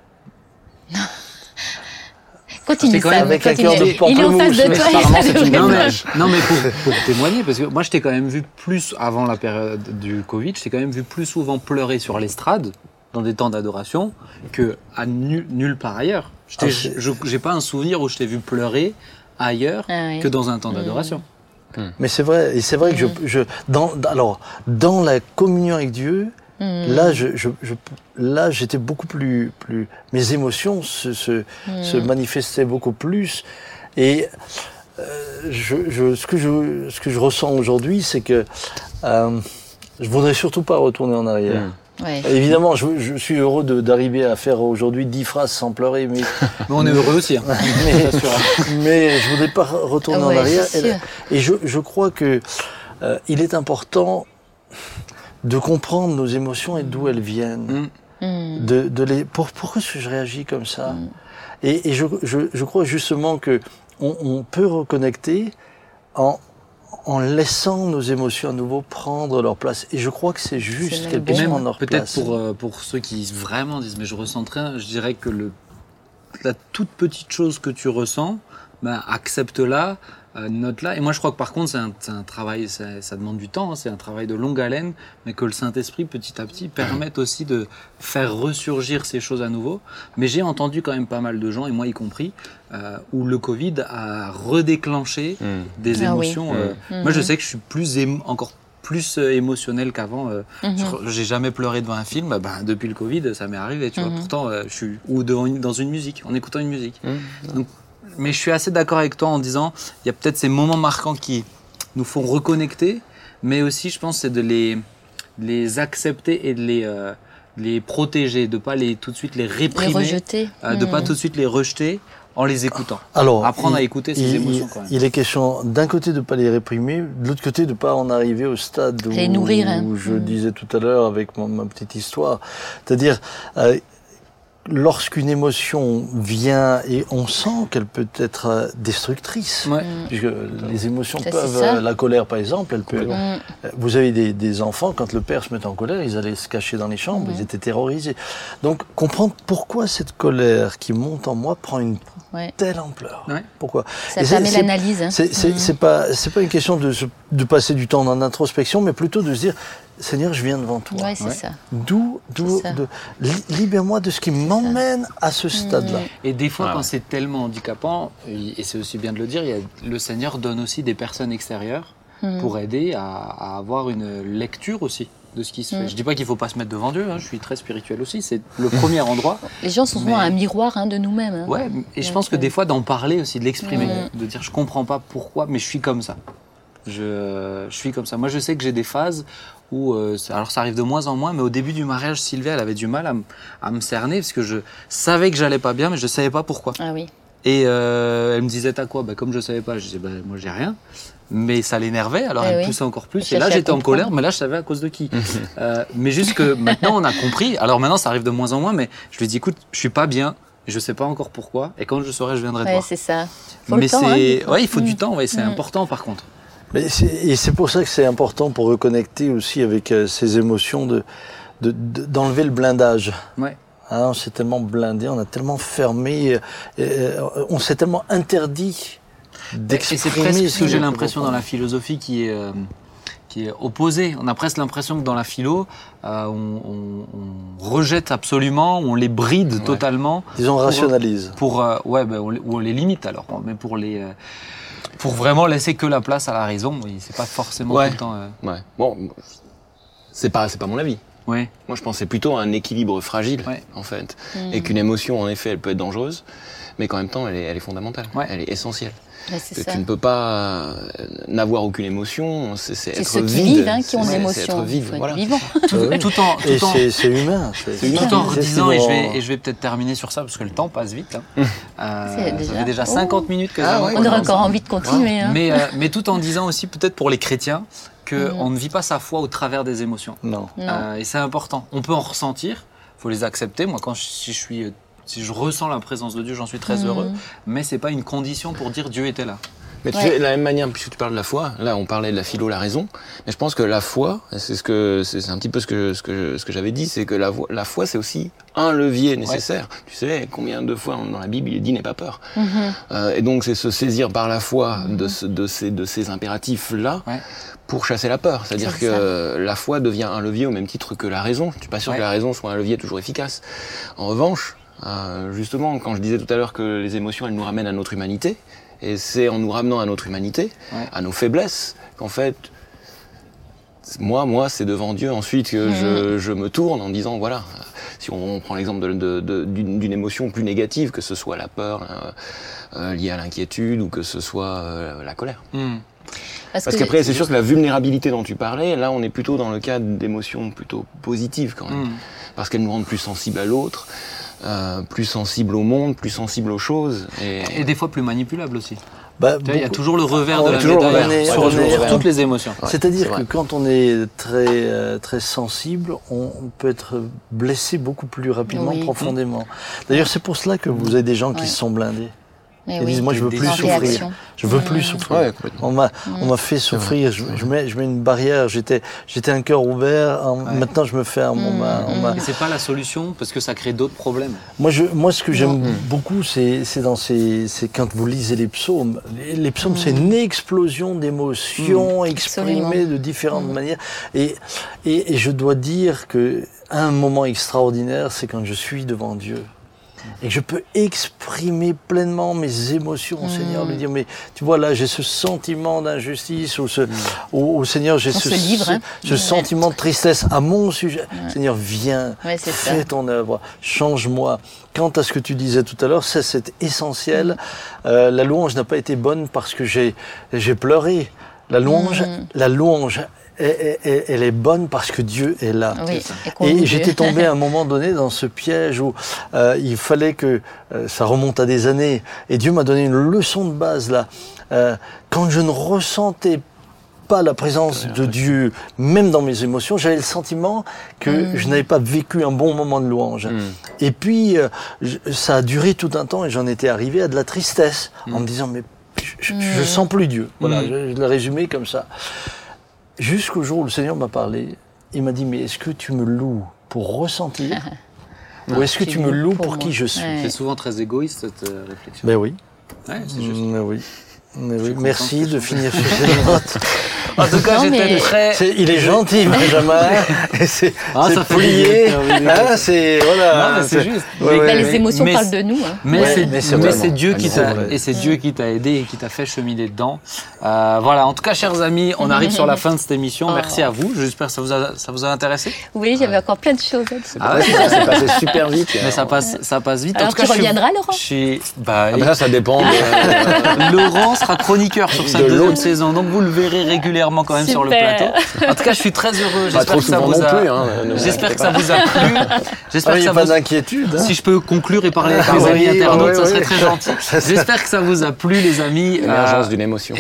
Continue ça, avec un cœur de pamplemousse. Il est en face de toi. Non mais, non mais pour, pour témoigner, parce que moi je t'ai quand même vu plus, avant la période du Covid, je t'ai quand même vu plus souvent pleurer sur l'estrade, dans des temps d'adoration, que à nul, nulle part ailleurs. Je n'ai pas un souvenir où je t'ai vu pleurer ailleurs ah oui. que dans un temps d'adoration. Mmh. Mais c'est vrai, et c'est vrai mmh. que je, je dans, alors, dans la communion avec Dieu, Mmh. Là, je, je, je, là, j'étais beaucoup plus, plus. Mes émotions se, se, mmh. se manifestaient beaucoup plus. Et euh, je, je, ce que je, ce que je ressens aujourd'hui, c'est que euh, je voudrais surtout pas retourner en arrière. Mmh. Ouais. Évidemment, je, je suis heureux d'arriver à faire aujourd'hui dix phrases sans pleurer, mais, mais on est heureux aussi. Hein. mais, mais je voudrais pas retourner ouais, en arrière. Et, et je, je crois que euh, il est important de comprendre nos émotions et d'où elles viennent. Mmh. De, de les, pour, pourquoi est-ce que je réagis comme ça mmh. Et, et je, je, je crois justement que on, on peut reconnecter en, en laissant nos émotions à nouveau prendre leur place. Et je crois que c'est juste qu'elles prennent leur place. Peut-être pour, euh, pour ceux qui vraiment disent « mais je ressens rien », je dirais que le, la toute petite chose que tu ressens, ben, accepte-la, Euh, note-là. Et moi, je crois que par contre, c'est un, un travail, ça, ça demande du temps, hein, c'est un travail de longue haleine, mais que le Saint-Esprit, petit à petit, permette aussi de faire ressurgir ces choses à nouveau. Mais j'ai entendu quand même pas mal de gens, et moi y compris, euh, où le Covid a redéclenché mmh. des ah émotions. Oui. Euh, mmh. Moi, je sais que je suis plus émo- encore plus euh, émotionnel qu'avant. Euh, mmh. J'ai jamais pleuré devant un film. Bah, bah, depuis le Covid, ça m'est arrivé. Tu mmh. vois. Pourtant, euh, je suis ou devant une, dans une musique, en écoutant une musique. Mmh. Donc, mais je suis assez d'accord avec toi en disant, il y a peut-être ces moments marquants qui nous font reconnecter, mais aussi, je pense, c'est de les, les accepter et de les, euh, les protéger, de ne pas les, tout de suite les réprimer, les rejeter. Euh, de ne mmh. pas tout de suite les rejeter en les écoutant. Alors, apprendre il, à écouter ces il, émotions quand même. Il est question d'un côté de ne pas les réprimer, de l'autre côté de ne pas en arriver au stade où, les nourrir, hein. où je mmh. disais tout à l'heure avec ma, ma petite histoire. C'est-à-dire... Euh, lorsqu'une émotion vient et on sent qu'elle peut être destructrice, ouais. puisque les émotions ça, peuvent, la colère par exemple, elle peut. Mm. Vous avez des, des enfants, quand le père se mettait en colère, ils allaient se cacher dans les chambres, mm. ils étaient terrorisés. Donc comprendre pourquoi cette colère qui monte en moi prend une ouais. telle ampleur. Ouais. Pourquoi ? Ça permet l'analyse. Hein. C'est, c'est, mm. c'est pas, c'est pas une question de, de passer du temps en introspection, mais plutôt de se dire. Seigneur, je viens devant toi. Ouais, c'est ouais. ça. D'où, d'où, de, libère-moi de ce qui m'emmène à ce stade-là. Et des fois, ah, quand ouais. c'est tellement handicapant, et c'est aussi bien de le dire, il y a, le Seigneur donne aussi des personnes extérieures mmh. pour aider à, à avoir une lecture aussi. de ce qui se Mm. fait. Je dis pas qu'il faut pas se mettre devant Dieu, hein, je suis très spirituel aussi, c'est le premier endroit. Les gens sont souvent Mais- un miroir hein, de nous-mêmes. Hein. Ouais, et je Donc, pense que euh, des fois d'en parler aussi, de l'exprimer, Mm. de dire je comprends pas pourquoi, mais je suis comme ça. Je, je suis comme ça. Moi, je sais que j'ai des phases où, euh, ça- alors ça arrive de moins en moins, mais au début du mariage, Sylvia, elle avait du mal à, m- à me cerner parce que je savais que j'allais pas bien, mais je savais pas pourquoi. Ah oui. Et euh, elle me disait t'as quoi? Bah, comme je savais pas, je disais bah, moi j'ai rien. Mais ça l'énervait, alors Eh elle oui. poussait encore plus. Je Et là cherchais à j'étais en comprendre. colère, mais là je savais à cause de qui. euh, mais juste que maintenant on a compris. Alors maintenant ça arrive de moins en moins, mais je lui dis écoute, je suis pas bien, je sais pas encore pourquoi. Et quand je saurai, je viendrai te Ouais, voir. c'est ça. Faut Mais le temps, hein, c'est, des fois. ouais, il faut Mm. du temps, ouais, c'est Mm. important par contre. Mais c'est- et c'est pour ça que c'est important pour reconnecter aussi avec euh, ces émotions de, de- de- d'enlever le blindage. Ouais. Hein, on s'est tellement blindé, on a tellement fermé, euh, euh, on s'est tellement interdit Et d'exprimer. c'est presque ce que j'ai qu'on l'impression ressent. dans la philosophie qui est, euh, qui est opposée. On a presque l'impression que dans la philo, euh, on, on- on rejette absolument, on les bride Ouais. totalement. Disons, on Pour- rationalise. Pour, euh, ouais, ben, on, les- ou on les limite alors, mais pour les, euh, pour vraiment laisser que la place à la raison. Oui, c'est pas forcément Ouais. tout le temps. euh, Ouais. Bon, c'est pas, c'est pas mon avis. ouais. Moi, je pense que c'est plutôt un équilibre fragile, Ouais. en fait. Mm. Et qu'une émotion, en effet, elle peut être dangereuse, mais qu'en même temps, elle est, elle est fondamentale. Ouais. Elle est essentielle. Ouais, c'est Que ça. tu ne peux pas euh, n'avoir aucune émotion, c'est, c'est C'est être ceux qui vide. vivent hein, qui ont C'est- des c'est émotions. être vide, Faut être voilà. vivant. Euh, oui. Tout en, Et tout en, c'est, c'est humain. C'est, C'est humain. tout en c'est redisant, et je, stimulant. vais, et je vais peut-être terminer sur ça parce que le temps passe vite. Hein. Euh, C'est ça déjà- fait déjà Oh. cinquante minutes que Ah ça ouais, On aurait encore envie de continuer. Hein. Mais, euh, mais tout en disant aussi, peut-être pour les chrétiens, Mhm. qu'on ne vit pas sa foi au travers des émotions. Non. Non. Euh, et c'est important. On peut en ressentir, il faut les accepter. Moi, quand je, si je suis, euh, si je ressens la présence de Dieu, j'en suis très Mhm. heureux. Mais c'est pas une condition pour dire Dieu était là. Mais tu Ouais. sais, de la même manière, puisque tu parles de la foi, là on parlait de la philo, la raison, mais je pense que la foi, c'est ce que c'est c'est un petit peu ce que ce que ce que j'avais dit, c'est que la, vo- la foi c'est aussi un levier nécessaire. Tu sais combien de fois dans la Bible il est dit n'aie pas peur. Mhm. Euh, et donc c'est se saisir par la foi de, ce- de ces de ces impératifs là. Ouais. Pour chasser la peur, c'est-à-dire C'est que la foi devient un levier au même titre que la raison. Je suis pas sûr Ouais. que la raison soit un levier toujours efficace. En revanche, euh, justement, quand je disais tout à l'heure que les émotions elles nous ramènent à notre humanité, et c'est en nous ramenant à notre humanité, Ouais. à nos faiblesses, qu'en fait, moi, moi, c'est devant Dieu ensuite que je, je me tourne en disant, voilà, si on, prend l'exemple de, de, de- d'une, d'une émotion plus négative, que ce soit la peur euh, euh, liée à l'inquiétude ou que ce soit euh, la colère. Hmm. Parce, Parce que qu'après, c'est sûr que la vulnérabilité dont tu parlais, là, on est plutôt dans le cadre d'émotions plutôt positives quand même. Hmm. Parce qu'elles nous rendent plus sensibles à l'autre, euh, plus sensibles au monde, plus sensibles aux choses. Et, Et des fois plus manipulable aussi. Bah, Tu vois, il y a beaucoup- toujours le revers On de est la toujours le médaille revers. sur, On est- sur on est- toutes les émotions. Ouais, C'est-à-dire c'est que vrai. quand on est très, euh, très sensible, on, on peut être blessé beaucoup plus rapidement, Oui. profondément. D'ailleurs, c'est pour cela que vous avez des gens qui Ouais. se sont blindés. Eh Ils oui. disent, moi, je veux Des plus en souffrir. réaction. Je veux Mmh. plus souffrir. Ouais, complètement. On m'a, on m'a fait souffrir. Je, je mets, je mets une barrière. J'étais, j'étais un cœur ouvert. En- Ouais. Maintenant, je me ferme. On m'a, on m'a- Et c'est pas la solution parce que ça crée d'autres problèmes. Moi, je, moi, ce que j'aime Non. beaucoup, c'est, c'est dans ces, c'est quand vous lisez les psaumes. Les, les psaumes, c'est une explosion d'émotions exprimées Absolument. de différentes Mm. manières. Et, et, et je dois dire que un moment extraordinaire, c'est quand je suis devant Dieu. Et que je peux exprimer pleinement mes émotions au Mm. Seigneur, lui dire, mais tu vois, là, j'ai ce sentiment d'injustice, ou ce, au, au Seigneur, j'ai On ce, se livre, ce, hein. ce Ouais. sentiment de tristesse à mon sujet. Seigneur, viens, Ouais, c'est ça. fais ton œuvre, change-moi. Quant à ce que tu disais tout à l'heure, ça, c'est essentiel. Euh, la louange n'a pas été bonne parce que j'ai, j'ai pleuré. La louange, Mm. la louange, elle, elle- elle est bonne parce que Dieu est là. Oui. ça. Et, qu'on Et loue j'étais Dieu. tombé à un moment donné dans ce piège où euh, il fallait que, euh, ça remonte à des années, et Dieu m'a donné une leçon de base là. Euh, quand je ne ressentais pas la présence de Dieu, même dans mes émotions, j'avais le sentiment que Mm. je n'avais pas vécu un bon moment de louange. Mm. Et puis, euh, je- ça a duré tout un temps et j'en étais arrivé à de la tristesse, en me disant, mais je, je, je Mm. sens plus Dieu. Voilà, Mm. je, je l'ai résumé comme ça. Jusqu'au jour où le Seigneur m'a parlé, il m'a dit, mais est-ce que tu me loues pour ressentir ou est-ce que tu me loues pour, pour qui moi. je suis? Ouais. C'est souvent très égoïste cette euh, réflexion. Ben oui. Ouais, c'est juste. Mm, oui. Mais oui. suis content Merci que de ce finir sur cette note. En tout cas, Non, j'étais mais- très... C'est- il est gentil, Benjamin. Et c'est Ah, c'est ça fait plié. plaisir. Ah, c'est voilà. Non, mais c'est juste. Ouais, Bah, ouais, les mais- émotions mais- parlent de nous. Hein. Mais Ouais, c'est mais c'est mais vraiment- c'est Dieu qui c'est t'a vrai. et c'est Dieu qui t'a aidé et qui t'a fait cheminer dedans. Euh, voilà. En tout cas, chers amis, on arrive sur la fin de cette émission. Oh. Merci à vous. J'espère que ça vous a ça vous a intéressé. Oui, j'avais encore plein de choses à dire. Ah ouais, Ça s'est passé super vite. mais ça passe ça passe vite. Alors, en tout tu cas, je suis- reviendras, Laurent je suis- bah, Ah bah ça, ça dépend. de- Laurent sera chroniqueur sur cette De deuxième l'autre. saison, donc vous le verrez régulièrement quand même sur le Super. plateau. En tout cas, je suis très heureux. Pas J'espère trop que ça souvent vous non a. plus. Hein, ne vous J'espère inquiétez que ça pas. vous a plu. J'espère Ah, il que n'y ça a pas vous. d'inquiétude. hein. Si je peux conclure et parler avec Ah mes oui, amis internautes, oui, ça serait oui. très gentil. J'espère que ça vous a plu, les amis. L'émergence Euh, d'une émotion.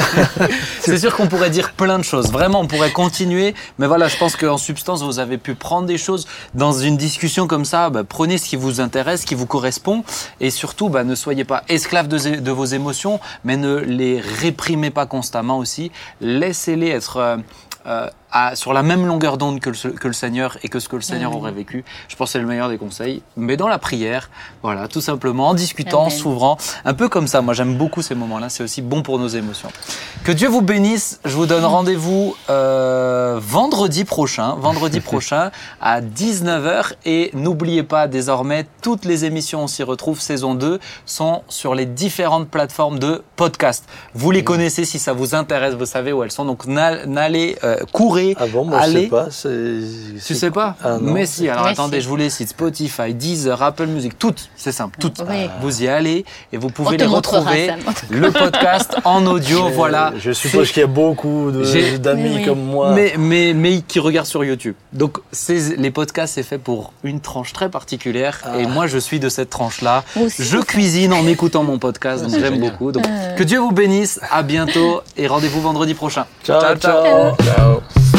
C'est sûr qu'on pourrait dire plein de choses. Vraiment, on pourrait continuer. Mais voilà, je pense qu'en substance, vous avez pu prendre des choses dans une discussion comme ça. Bah, prenez ce qui vous intéresse, ce qui vous correspond. Et surtout, bah, ne soyez pas esclaves de, de vos émotions, mais ne les réprimez pas constamment aussi. Laissez-les être euh, euh, à, sur la même longueur d'onde que le, que le Seigneur et que ce que le Seigneur Amen. aurait vécu. Je pense que c'est le meilleur des conseils. Mais dans la prière, voilà, tout simplement, en discutant, en Amen. s'ouvrant, un peu comme ça. Moi, j'aime beaucoup ces moments-là. C'est aussi bon pour nos émotions. Que Dieu vous bénisse. Je vous donne rendez-vous euh, vendredi prochain, vendredi prochain à dix-neuf heures. Et n'oubliez pas, désormais, toutes les émissions, on s'y retrouve, saison deux, sont sur les différentes plateformes de podcast. Vous les connaissez si ça vous intéresse, vous savez où elles sont. Donc, n'a- n'allez, euh, courez, Ah bon, moi je allez. sais pas. c'est- Tu c'est- sais pas Ah non. Mais si, alors Mais attendez, si. je vous les cite. Spotify, Deezer, Apple Music, toutes, c'est simple, toutes. Oui. Vous y allez et vous On pouvez te les montrera retrouver. ça. Le podcast en audio, Mais voilà. Je suppose C'est- qu'il y a beaucoup de- J'ai- d'amis Mais oui. comme moi. Mais, mais, mais qui regardent sur YouTube. Donc, c'est- les podcasts, c'est fait pour une tranche très particulière. Ah. Et moi, je suis de cette tranche-là. Moi aussi. Je cuisine en écoutant mon podcast, donc C'est j'aime génial. beaucoup. Donc, Euh. que Dieu vous bénisse. À bientôt et rendez-vous vendredi prochain. ciao. ciao. Ciao.